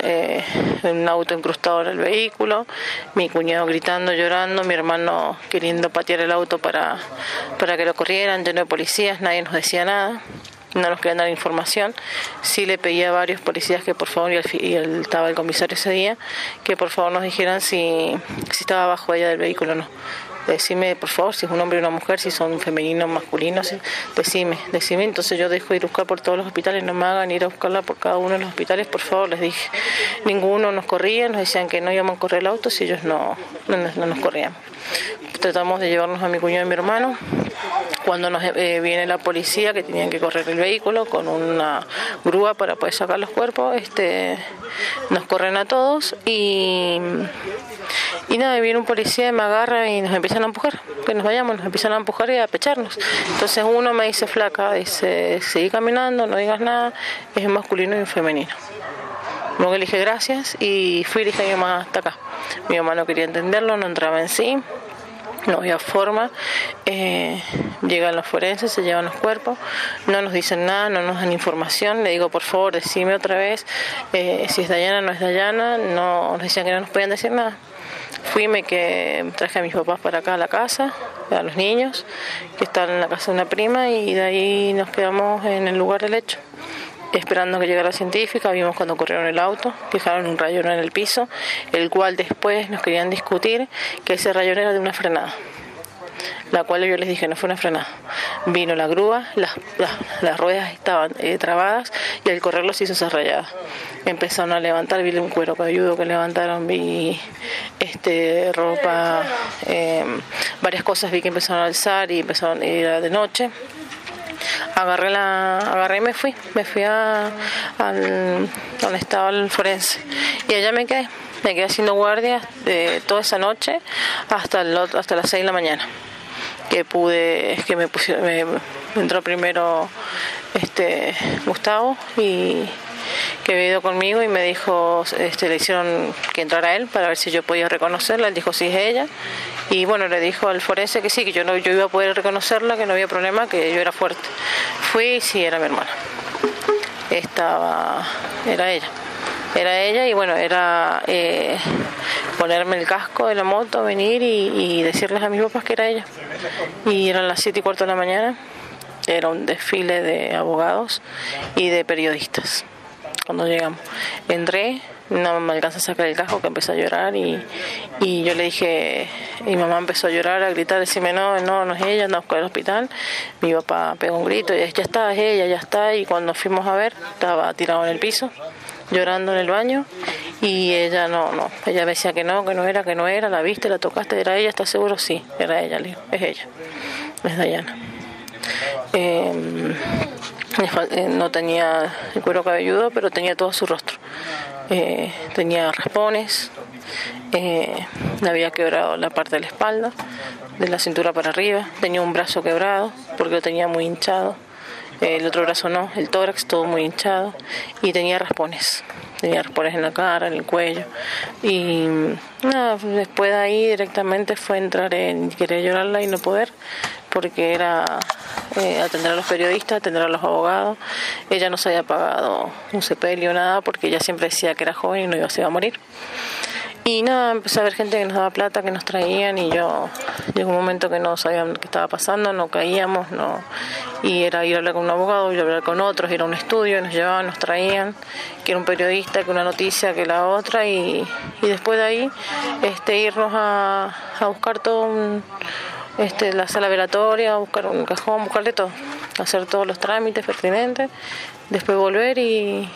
un auto incrustado en el vehículo, mi cuñado gritando, llorando, mi hermano queriendo patear el auto para que lo corrieran, lleno de policías, nadie nos decía nada, no nos querían dar información. Sí le pedí a varios policías que por favor, y estaba el comisario ese día, que por favor nos dijeran si estaba abajo ella del vehículo o no. Decime, por favor, si es un hombre o una mujer, si son femeninos, masculinos, decime. Entonces yo dejo ir a buscar por todos los hospitales, no me hagan ir a buscarla por cada uno de los hospitales, por favor, les dije. Ninguno nos corría, nos decían que no íbamos a correr el auto si ellos no nos corrían. Tratamos de llevarnos a mi cuñado y mi hermano. Cuando nos viene la policía, que tenían que correr el vehículo con una grúa para poder sacar los cuerpos, nos corren a todos y nada, viene un policía y me agarra y nos empiezan a empujar, que nos vayamos, nos empiezan a empujar y a pecharnos. Entonces uno me dice, flaca, dice, seguí caminando, no digas nada, es un masculino y un femenino. Luego le dije gracias y fui y le dije a mi mamá hasta acá. Mi mamá no quería entenderlo, no entraba en sí. No había forma. Llegan los forenses, se llevan los cuerpos, no nos dicen nada, no nos dan información. Le digo, por favor, decime otra vez si es Dayana o no es Dayana. No, nos decían que no nos podían decir nada. Fui, traje a mis papás para acá a la casa, a los niños, que están en la casa de una prima, y de ahí nos quedamos en el lugar del hecho, esperando que llegara la científica. Vimos cuando corrieron el auto, dejaron un rayón en el piso, el cual después nos querían discutir que ese rayón era de una frenada, la cual yo les dije no fue una frenada. Vino la grúa, las ruedas estaban trabadas y al correrlo se hizo esa rayada. Empezaron a levantar, vi un cuero cabelludo que levantaron, vi ropa, varias cosas vi que empezaron a alzar y empezaron a ir de noche. Agarré y me fui a donde estaba el forense, y allá me quedé haciendo guardia toda esa noche hasta las 6 de la mañana, que me entró primero Gustavo, y que había ido conmigo, y me dijo, le hicieron que entrara él para ver si yo podía reconocerla. Él dijo sí, es ella, y bueno, le dijo al forense que sí, que yo iba a poder reconocerla, que no había problema, que yo era fuerte. Fui y sí, era mi hermana, era ella, y bueno, era ponerme el casco de la moto, venir y decirles a mis papás que era ella. Y eran las 7:15 de la mañana, era un desfile de abogados y de periodistas. Cuando llegamos, entré, no me alcanza a sacar el casco, que empecé a llorar, y yo le dije, mi mamá empezó a llorar, a gritar, decirme no es ella, anda a buscar al hospital. Mi papá pegó un grito, ya está, es ella, ya está, y cuando fuimos a ver, estaba tirado en el piso, llorando en el baño, y ella ella me decía que no era, la viste, la tocaste, era ella, ¿estás seguro? Sí, era ella, le digo, es ella, es Dayana. No tenía el cuero cabelludo, pero tenía todo su rostro. Tenía raspones, le había quebrado la parte de la espalda, de la cintura para arriba, tenía un brazo quebrado porque lo tenía muy hinchado, el otro brazo no, el tórax todo muy hinchado, y tenía raspones en la cara, en el cuello, y nada, después de ahí directamente fue entrar en querer llorarla y no poder, porque era atender a los periodistas, atender a los abogados. Ella no se había pagado un sepelio o nada, porque ella siempre decía que era joven y no se iba a morir. Y nada, empecé a ver gente que nos daba plata, que nos traían, y yo llegó un momento que no sabíamos qué estaba pasando, no caíamos, y era ir a hablar con un abogado, ir a hablar con otros, ir a un estudio, nos llevaban, nos traían, que era un periodista, que una noticia, que la otra, y después de ahí irnos a buscar todo la sala velatoria, buscar un cajón, buscarle todo, hacer todos los trámites pertinentes, después volver y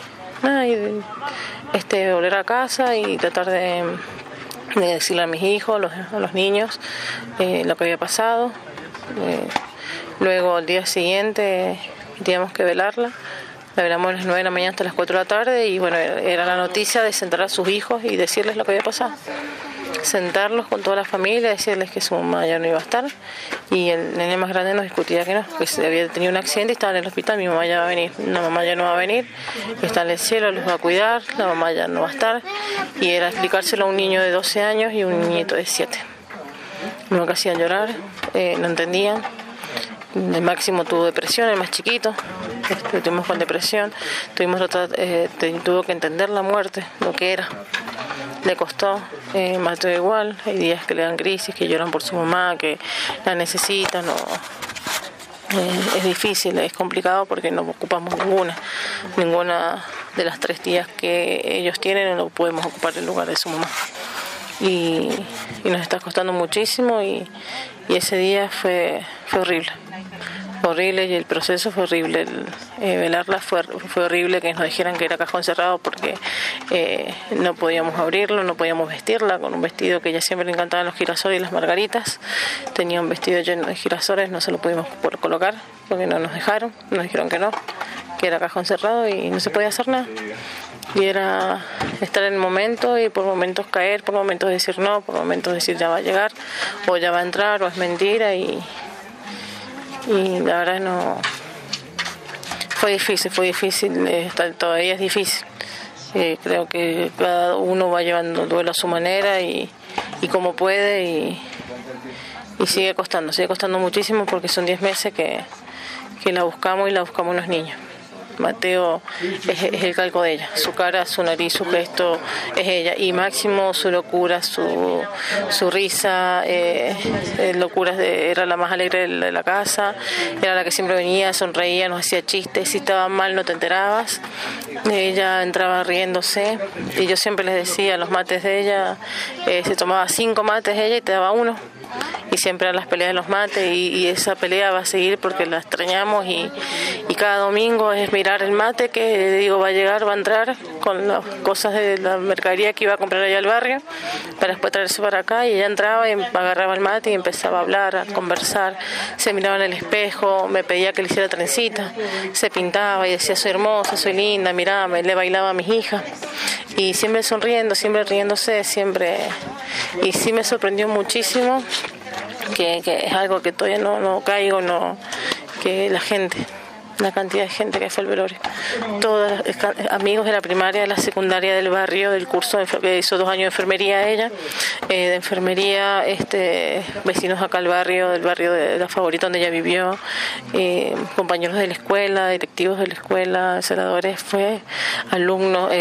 volver a casa y tratar de decirle a mis hijos, a los niños, lo que había pasado. Luego al día siguiente teníamos que velarla. La velamos a las 9 de la mañana hasta las 4 de la tarde, y bueno, era la noticia de sentar a sus hijos y decirles lo que había pasado. Sentarlos con toda la familia, decirles que su mamá ya no iba a estar, y el nene más grande nos discutía que no, que se había tenido un accidente y estaba en el hospital. Mi mamá ya va a venir, la mamá ya no va a venir, está en el cielo, los va a cuidar, la mamá ya no va a estar, y era explicárselo a un niño de 12 años y un nieto de 7. No me hacían llorar, no entendían. El máximo tuvo depresión, el más chiquito, estuvimos con depresión, tuvo que entender la muerte, lo que era. Le costó, Mateo igual, hay días que le dan crisis, que lloran por su mamá, que la necesitan, es difícil, es complicado porque no ocupamos ninguna de las 3 tías que ellos tienen, no podemos ocupar el lugar de su mamá, y nos está costando muchísimo, y ese día fue horrible, y el proceso fue horrible. Velarla fue horrible, que nos dijeran que era cajón cerrado, porque no podíamos abrirlo, no podíamos vestirla con un vestido que ella siempre le encantaban los girasoles y las margaritas. Tenía un vestido lleno de girasoles, no se lo pudimos colocar porque no nos dejaron, nos dijeron que no, que era cajón cerrado y no se podía hacer nada. Y era estar en el momento, y por momentos caer, por momentos decir no, por momentos decir ya va a llegar, o ya va a entrar, o es mentira, y la verdad no, fue difícil, todavía es difícil. Creo que cada uno va llevando el duelo a su manera y como puede y sigue costando muchísimo porque son 10 meses que la buscamos y la buscamos los niños. Mateo es el calco de ella, su cara, su nariz, su gesto es ella, y Máximo su locura, su risa, locuras era la más alegre de la casa, era la que siempre venía, sonreía, nos hacía chistes, si estaba mal no te enterabas, ella entraba riéndose y yo siempre les decía, los mates de ella, se tomaba 5 mates ella y te daba 1. Y siempre eran las peleas de los mates y esa pelea va a seguir porque la extrañamos y cada domingo es mirar el mate que digo va a llegar, va a entrar con las cosas de la mercadería que iba a comprar allá al barrio para después traerse para acá y ella entraba y agarraba el mate y empezaba a hablar, a conversar, se miraba en el espejo, me pedía que le hiciera trencita, se pintaba y decía soy hermosa, soy linda, mirame, le bailaba a mis hijas y siempre sonriendo, siempre riéndose, siempre, y sí me sorprendió muchísimo que es algo que todavía no caigo, que la cantidad de gente que fue al velorio, todos amigos de la primaria, de la secundaria, del barrio, del curso que hizo 2 años de enfermería ella, de enfermería, vecinos acá del barrio de la Favorita donde ella vivió, compañeros de la escuela, directivos de la escuela, celadores, fue alumnos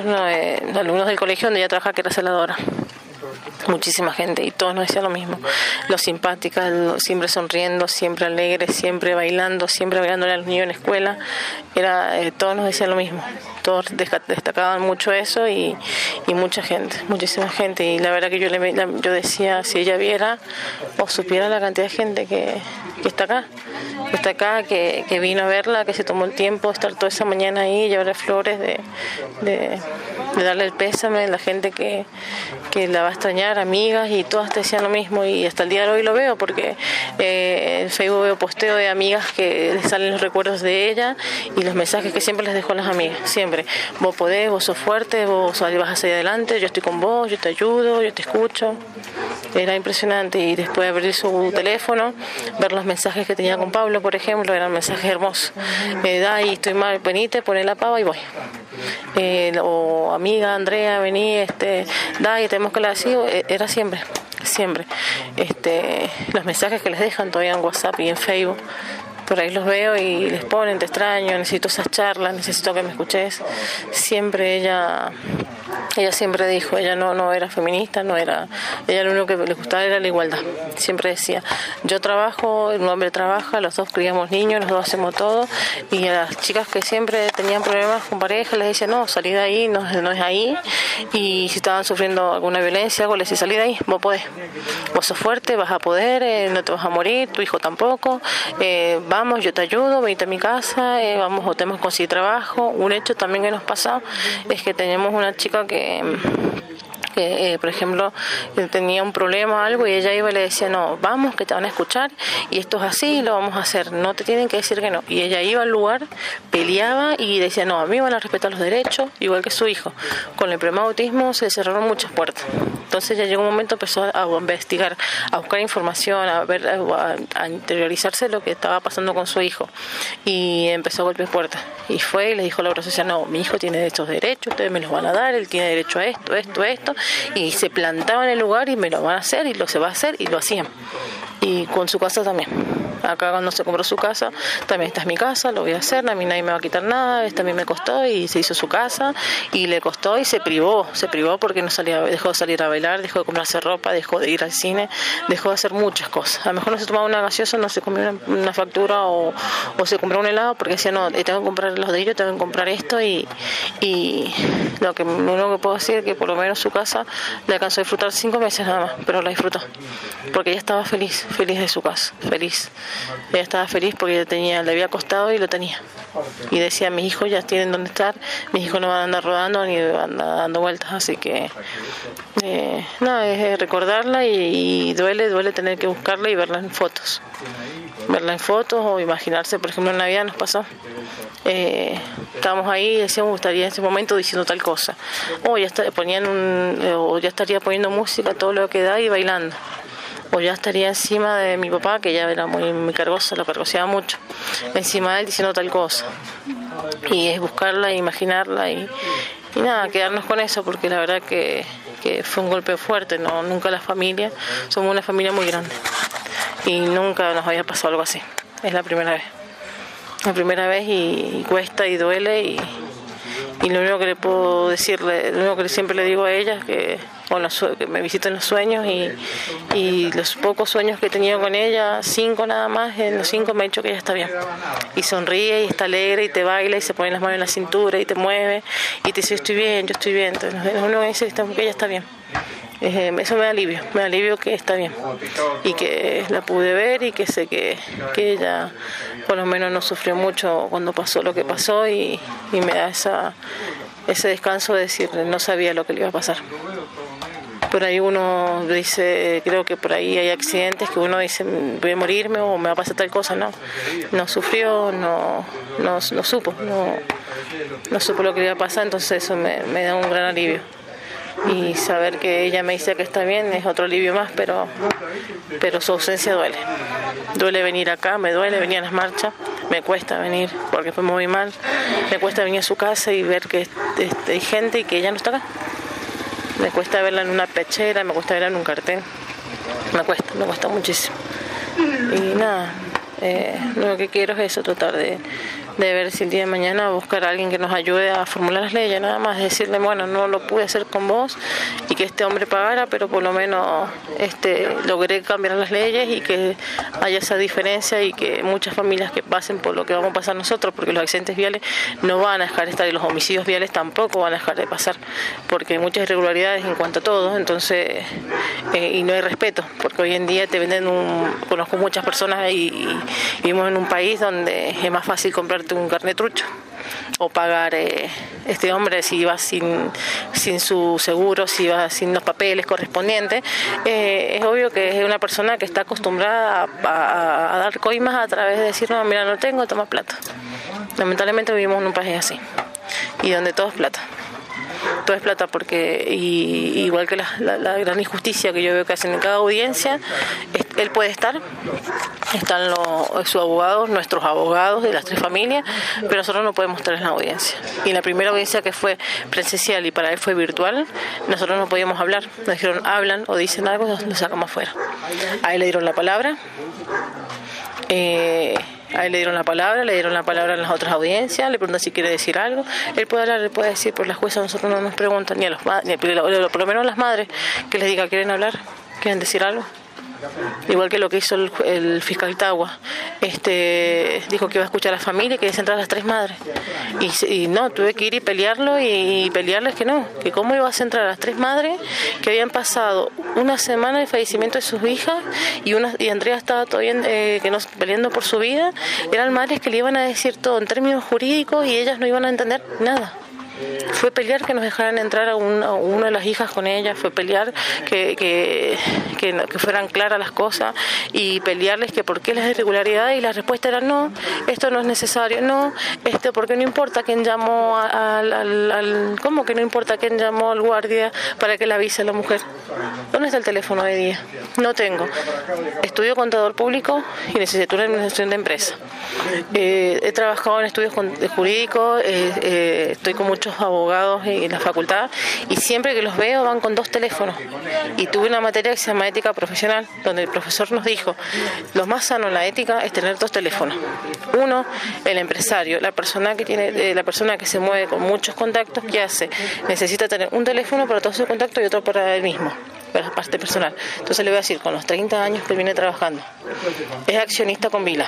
del colegio donde ella trabaja, que era celadora. Muchísima gente y todos nos decían lo mismo, lo simpática, siempre sonriendo, siempre alegre, siempre bailando a los niños en la escuela, todos nos decían lo mismo, todos destacaban mucho eso y muchísima gente, y la verdad que yo decía, si ella viera o supiera la cantidad de gente que está acá, que vino a verla, que se tomó el tiempo de estar toda esa mañana ahí, llevarle flores, de darle el pésame, la gente que la va a extrañar, amigas, y todas te decían lo mismo, y hasta el día de hoy lo veo porque en Facebook veo posteo de amigas que les salen los recuerdos de ella y los mensajes que siempre les dejó a las amigas, siempre, vos podés, vos sos fuerte, vos vas a salir adelante, yo estoy con vos, yo te ayudo, yo te escucho. Era impresionante, y después de abrir su teléfono, ver los mensajes que tenía con Pablo, por ejemplo, eran mensajes hermosos. Dai, estoy mal, venite, poné la pava y voy. O amiga, Andrea, vení, Dai, tenemos que hablar así, era siempre. Los mensajes que les dejan todavía en WhatsApp y en Facebook, por ahí los veo y les ponen, te extraño, necesito esas charlas, necesito que me escuches. Siempre ella siempre dijo, ella no era feminista, ella lo único que le gustaba era la igualdad. Siempre decía, yo trabajo, un hombre trabaja, los dos criamos niños, los dos hacemos todo, y a las chicas que siempre tenían problemas con pareja les decía, no, salí de ahí, no es ahí, y si estaban sufriendo alguna violencia, algo les decía, salí de ahí, vos podés, vos sos fuerte, vas a poder, no te vas a morir, tu hijo tampoco, vamos, yo te ayudo, venite a mi casa, vamos, o tenemos que conseguir trabajo. Un hecho también que nos pasó es que teníamos una chica que por ejemplo, tenía un problema o algo y ella iba y le decía, no, vamos, que te van a escuchar y esto es así, lo vamos a hacer, no te tienen que decir que no. Y ella iba al lugar, peleaba y decía, no, a mí van a respetar los derechos, igual que su hijo. Con el problema de autismo se le cerraron muchas puertas. Entonces ya llegó un momento, empezó a investigar, a buscar información, a interiorizarse de lo que estaba pasando con su hijo, y empezó a golpear puertas. Y fue y le dijo a la obra social, no, mi hijo tiene estos derechos, ustedes me los van a dar, él tiene derecho a esto, y se plantaba en el lugar y me lo van a hacer y se va a hacer, y lo hacían. Y con su casa también. Acá cuando se compró su casa, también esta es mi casa, lo voy a hacer, a mí nadie me va a quitar nada, esta a mí me costó, y se hizo su casa y le costó y se privó porque dejó de salir a bailar, dejó de comprarse ropa, dejó de ir al cine, dejó de hacer muchas cosas. A lo mejor no se tomaba una gaseosa, no se comió una factura o se compró un helado porque decía, no, tengo que comprar los de ellos, tengo que comprar esto, y lo único que puedo decir es que por lo menos su casa le alcanzó a disfrutar 5 meses nada más, pero la disfrutó porque ella estaba feliz de su casa, feliz. Ella estaba feliz porque le había costado y lo tenía. Y decía, mis hijos ya tienen dónde estar, mis hijos no van a andar rodando ni dando vueltas, así que nada, es recordarla y duele tener que buscarla y verla en fotos. O imaginarse, por ejemplo en Navidad nos pasó. Estábamos ahí y decíamos, estaría en ese momento diciendo tal cosa. O ya estaría poniendo música, todo lo que da, y bailando. O ya estaría encima de mi papá, que ya era muy cargosa, lo cargoseaba mucho, encima de él diciendo tal cosa. Y es buscarla e imaginarla nada, quedarnos con eso, porque la verdad que fue un golpe fuerte, no, nunca la familia, somos una familia muy grande y nunca nos había pasado algo así, es la primera vez y cuesta y duele y lo único que le puedo decirle, lo único que siempre le digo a ella es que me visiten los sueños y los pocos sueños que he tenido con ella, 5 nada más, en los 5 me ha dicho que ella está bien y sonríe y está alegre y te baila y se pone las manos en la cintura y te mueve y te dice yo estoy bien, entonces lo único que dice es que ella está bien. Eso me da alivio que está bien y que la pude ver y que sé que ella por lo menos no sufrió mucho cuando pasó lo que pasó y me da ese descanso de decir no sabía lo que le iba a pasar. Por ahí uno dice, creo que por ahí hay accidentes que uno dice voy a morirme o me va a pasar tal cosa, no sufrió, no supo lo que le iba a pasar, entonces eso me da un gran alivio. Y saber que ella me dice que está bien es otro alivio más, pero su ausencia duele venir acá, me duele venir a las marchas, me cuesta venir porque después me voy mal, me cuesta venir a su casa y ver que hay gente y que ella no está acá, me cuesta verla en una pechera, me cuesta verla en un cartel, me cuesta muchísimo y nada, lo que quiero es eso, tratar de ver si el día de mañana buscar a alguien que nos ayude a formular las leyes, nada más decirle, bueno, no lo pude hacer con vos y que este hombre pagara, pero por lo menos logré cambiar las leyes y que haya esa diferencia y que muchas familias que pasen por lo que vamos a pasar nosotros, porque los accidentes viales no van a dejar de estar y los homicidios viales tampoco van a dejar de pasar, porque hay muchas irregularidades en cuanto a todo, entonces y no hay respeto, porque hoy en día te venden conozco muchas personas y vivimos en un país donde es más fácil comprarte un carnet trucho o pagar este hombre si va sin su seguro, si va sin los papeles correspondientes. Es obvio que es una persona que está acostumbrada a dar coimas a través de decir, no, mira, no tengo, toma plata. Lamentablemente vivimos en un país así y donde todo es plata. Todo es plata porque igual que la gran injusticia que yo veo que hacen en cada audiencia, él puede están sus abogados, nuestros abogados de las 3 familias, pero nosotros no podemos estar en la audiencia. Y en la primera audiencia que fue presencial y para él fue virtual, nosotros no podíamos hablar. Nos dijeron, hablan o dicen algo, nos sacamos afuera. A él le dieron la palabra. A él le dieron la palabra en las otras audiencias, le preguntan si quiere decir algo, él puede hablar, le puede decir, por las juezas nosotros no nos preguntan, ni a los padres, por lo menos a las madres, que les diga, ¿quieren hablar? ¿Quieren decir algo? Igual que lo que hizo el fiscal Tagua, dijo que iba a escuchar a la familia y que iba a centrar a las 3 madres y no, tuve que ir y pelearlo y pelearles que cómo iba a centrar a las 3 madres que habían pasado una semana de fallecimiento de sus hijas y Andrea estaba todavía peleando por su vida, eran madres que le iban a decir todo en términos jurídicos y ellas no iban a entender nada. Fue pelear que nos dejaran entrar a una de las hijas con ella, fue pelear que fueran claras las cosas y pelearles que por qué las irregularidades y la respuesta era no, esto no es necesario, no, porque no importa quién llamó ¿cómo que no importa quién llamó al guardia para que le avise a la mujer? ¿Dónde está el teléfono de día? No tengo. Estudio contador público y necesito una administración de empresa. He trabajado en estudios jurídicos, estoy con muchos abogados en la facultad y siempre que los veo van con 2 teléfonos y tuve una materia que se llama ética profesional donde el profesor nos dijo lo más sano en la ética es tener 2 teléfonos, uno el empresario, la persona que se mueve con muchos contactos, ¿qué hace? Necesita tener un teléfono para todos sus contactos y otro para él mismo, para la parte personal. Entonces le voy a decir, con los 30 años que viene trabajando, es accionista con Vila.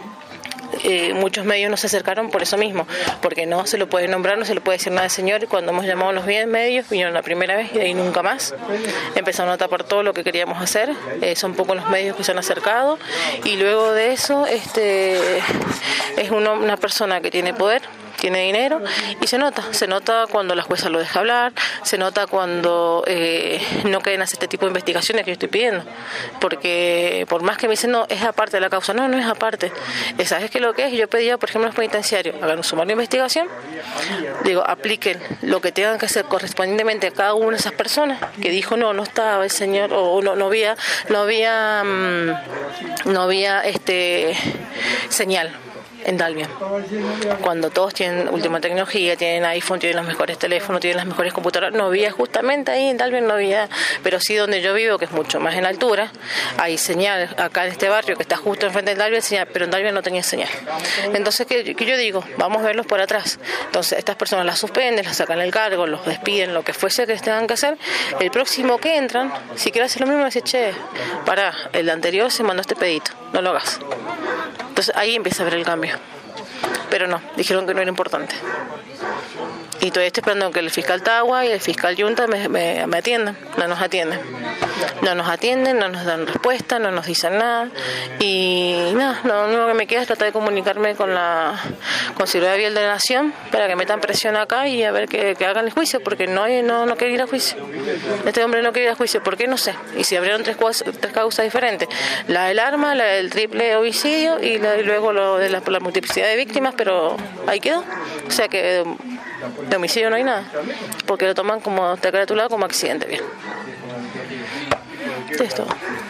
Muchos medios no se acercaron por eso mismo, porque no se lo puede nombrar, no se le puede decir nada al señor, y cuando hemos llamado a los medios vinieron la primera vez y de ahí nunca más, empezaron a tapar todo lo que queríamos hacer, son pocos los medios que se han acercado y luego de eso es una persona que tiene poder, tiene dinero y se nota cuando la jueza lo deja hablar, se nota cuando no quieren hacer este tipo de investigaciones que yo estoy pidiendo, porque por más que me dicen no, es aparte de la causa, no es aparte, ¿sabes qué lo que es? Yo pedía, por ejemplo, a los penitenciarios, hagan un sumario de investigación, digo, apliquen lo que tengan que hacer correspondientemente a cada una de esas personas que dijo no estaba el señor o no había señal. en Dalvia, cuando todos tienen última tecnología, tienen iPhone, tienen los mejores teléfonos, tienen las mejores computadoras. No había justamente ahí en Dalvia, no había, pero sí donde yo vivo, que es mucho más en altura, hay señal acá en este barrio que está justo enfrente de Dalvia, señal, pero en Dalvia no tenía señal. Entonces, ¿qué yo digo? Vamos a verlos por atrás. Entonces, estas personas las suspenden, las sacan el cargo, los despiden, lo que fuese que tengan que hacer. El próximo que entran, si quiere hacer lo mismo, dice, che, pará, el anterior se mandó este pedito, no lo hagas. Entonces ahí empieza a ver el cambio. Pero no, dijeron que no era importante. Y todavía estoy esperando que el fiscal Tagua y el fiscal Yunta me atiendan. No nos atienden. No nos atienden, no nos dan respuesta, no nos dicen nada. Y nada, lo único que me queda es tratar de comunicarme con Seguridad Vial de la Nación para que metan presión acá y a ver que hagan el juicio, porque no quiere ir a juicio. Este hombre no quiere ir a juicio, ¿por qué? No sé. Y se abrieron tres causas diferentes. La del arma, la del triple homicidio y luego lo de la multiplicidad de víctimas, pero ahí quedó. O sea que de homicidio no hay nada, porque lo toman como, te queda a tu lado, como accidente. Bien. Esto.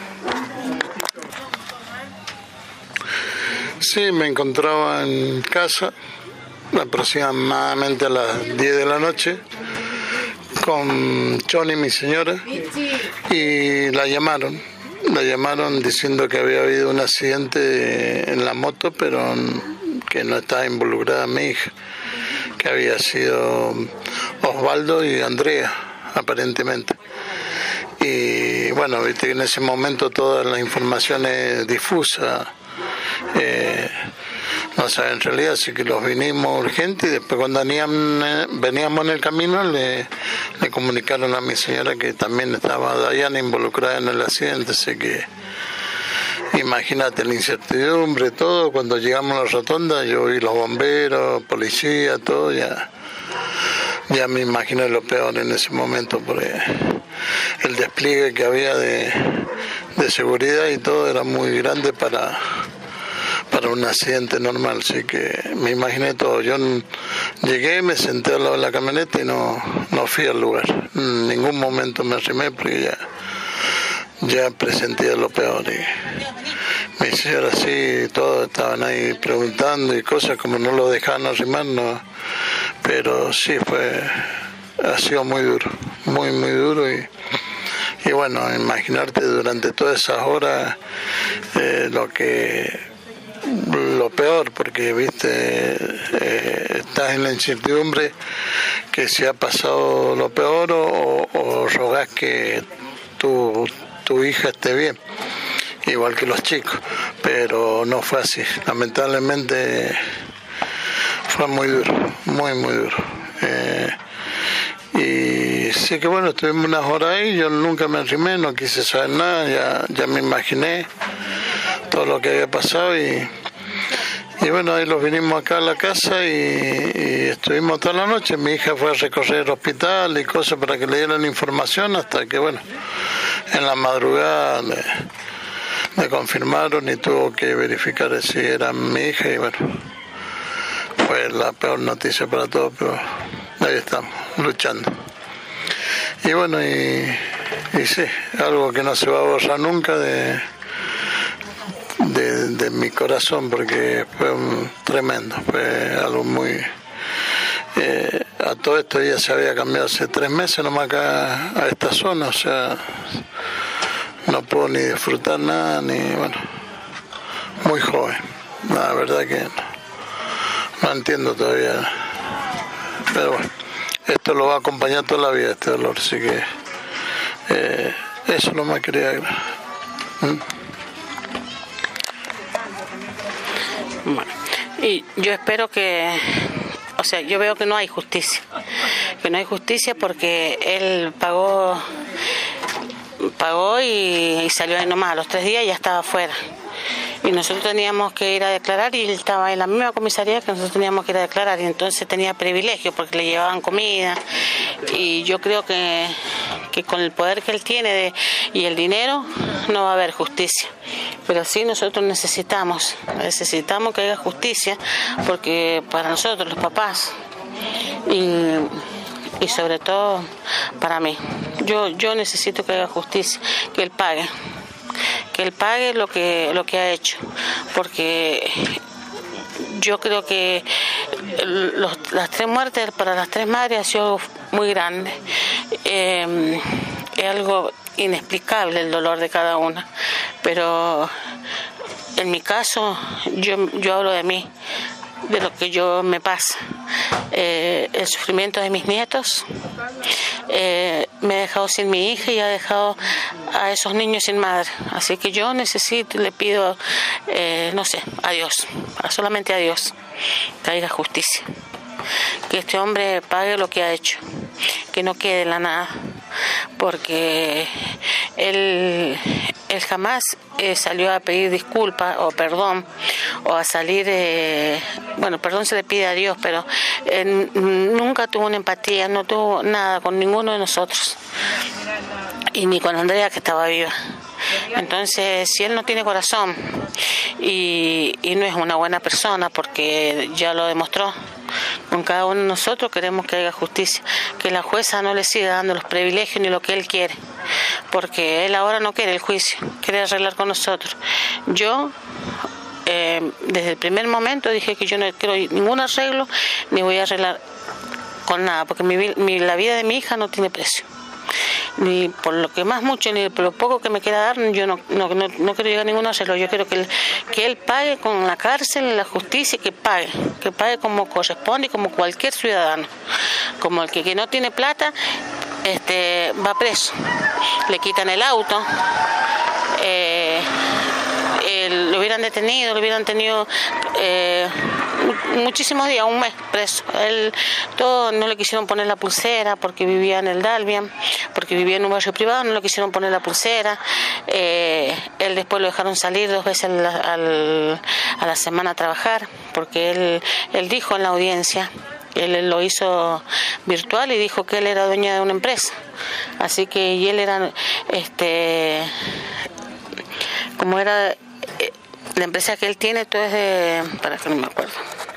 Sí, me encontraba en casa aproximadamente a las 10 de la noche con Choni, mi señora, y la llamaron diciendo que había habido un accidente en la moto, pero que no estaba involucrada mi hija, que había sido Osvaldo y Andrea, aparentemente. Y bueno, viste que en ese momento toda la información es difusa, no sé, en realidad sí que los vinimos urgentes, y después cuando veníamos en el camino le comunicaron a mi señora que también estaba Dayana involucrada en el accidente, así que imagínate la incertidumbre, todo. Cuando llegamos a la rotonda yo vi los bomberos, policía, todo, ya me imaginé lo peor en ese momento, porque el despliegue que había de seguridad y todo era muy grande para un accidente normal, así que me imaginé todo. Yo llegué, me senté al lado de la camioneta y no fui al lugar. En ningún momento me arrimé porque ya presentía lo peor. Y mi señora sí, todos estaban ahí preguntando y cosas, como no lo dejaban arrimar, no. Pero sí ha sido muy duro, muy duro, y bueno, imaginarte durante todas esas horas lo peor, porque viste, estás en la incertidumbre que si ha pasado lo peor o rogás que tu hija esté bien, igual que los chicos, pero no fue así. Lamentablemente fue muy duro, muy duro. Y sí que bueno, estuvimos unas horas ahí, yo nunca me arrimé, no quise saber nada, ya me imaginé todo lo que había pasado, y bueno, ahí los vinimos acá a la casa y estuvimos toda la noche. Mi hija fue a recorrer el hospital y cosas para que le dieran información, hasta que bueno, en la madrugada le confirmaron y tuvo que verificar si era mi hija, y bueno, fue la peor noticia para todos, pero ahí estamos, luchando. Y bueno, y sí, algo que no se va a borrar nunca de mi corazón, porque fue tremendo, fue algo muy... a todo esto ya se había cambiado hace 3 meses nomás acá a esta zona, o sea, no puedo ni disfrutar nada, ni bueno, muy joven, la verdad que no entiendo todavía, pero bueno, esto lo va a acompañar toda la vida, este dolor, así que eso no me quería. Bueno, y yo espero que, o sea, yo veo que no hay justicia, porque él pagó y salió ahí nomás, a los 3 días ya estaba afuera. Y nosotros teníamos que ir a declarar, y él estaba en la misma comisaría que nosotros teníamos que ir a declarar, y entonces tenía privilegio porque le llevaban comida, y yo creo que con el poder que él tiene y el dinero no va a haber justicia, pero sí nosotros necesitamos que haya justicia, porque para nosotros los papás y sobre todo para mí, yo necesito que haya justicia, que él pague lo que ha hecho, porque yo creo que las 3 muertes para las 3 madres ha sido muy grande. Es algo inexplicable el dolor de cada una, pero en mi caso yo hablo de mí, de lo que yo me pasa, el sufrimiento de mis nietos, me ha dejado sin mi hija y ha dejado a esos niños sin madre, así que yo necesito y le pido, no sé, a Dios, solamente a Dios, que haya justicia, que este hombre pague lo que ha hecho, que no quede en la nada, porque él jamás salió a pedir disculpas o perdón, o a salir, bueno, perdón se le pide a Dios, pero nunca tuvo una empatía, no tuvo nada con ninguno de nosotros, y ni con Andrea, que estaba viva. Entonces, si él no tiene corazón y no es una buena persona, porque ya lo demostró con cada uno de nosotros, queremos que haya justicia, que la jueza no le siga dando los privilegios ni lo que él quiere, porque él ahora no quiere el juicio, quiere arreglar con nosotros. Yo desde el primer momento dije que yo no quiero ningún arreglo ni voy a arreglar con nada, porque la vida de mi hija no tiene precio, ni por lo que más mucho ni por lo poco que me quiera dar. Yo no quiero llegar a ningún arreglo. Yo quiero que él pague con la cárcel y la justicia, que pague como corresponde y como cualquier ciudadano, como el que no tiene plata va preso, le quitan el auto, lo hubieran detenido, lo hubieran tenido muchísimos días, un mes preso. No le quisieron poner la pulsera porque vivía en el Dalvian, porque vivía en un barrio privado, no le quisieron poner la pulsera. Él después lo dejaron salir 2 veces a la semana a trabajar, porque él dijo en la audiencia, él lo hizo virtual y dijo que él era dueño de una empresa, así que y él era como era la empresa que él tiene, todo es de, para que no me acuerdo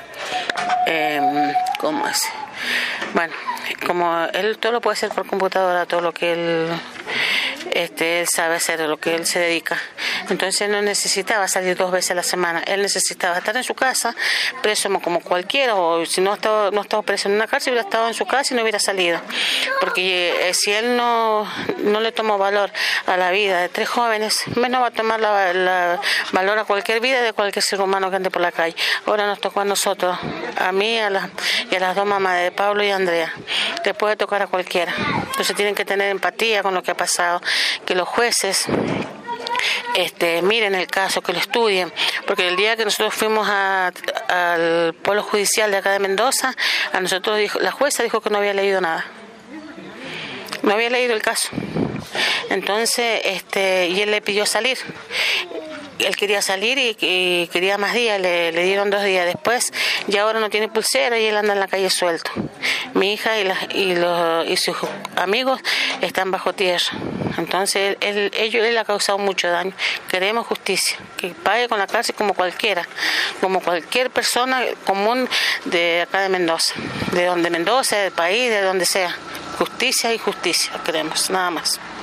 cómo es, bueno, como él todo lo puede hacer por computadora, todo lo que él sabe hacer, a lo que él se dedica. Entonces no necesitaba salir 2 veces a la semana, él necesitaba estar en su casa, preso como cualquiera, o si no estaba preso en una cárcel, hubiera estado en su casa y no hubiera salido, porque si él no le tomó valor a la vida de 3 jóvenes, menos va a tomar valor a cualquier vida de cualquier ser humano que ande por la calle. Ahora nos tocó a nosotros, a mí y a las 2 mamás de Pablo y Andrea, le puede tocar a cualquiera. Entonces tienen que tener empatía con lo que ha pasado, que los jueces miren el caso, que lo estudien, porque el día que nosotros fuimos al pueblo judicial de acá de Mendoza, a nosotros la jueza dijo que no había leído nada, no había leído el caso. Entonces y él le pidió salir. Él quería salir y quería más días, le dieron 2 días después, y ahora no tiene pulsera y él anda en la calle suelto. Mi hija y sus amigos están bajo tierra. Entonces él ha causado mucho daño. Queremos justicia, que pague con la cárcel como cualquiera, como cualquier persona común de acá de Mendoza, del país, de donde sea. Justicia y justicia queremos, nada más.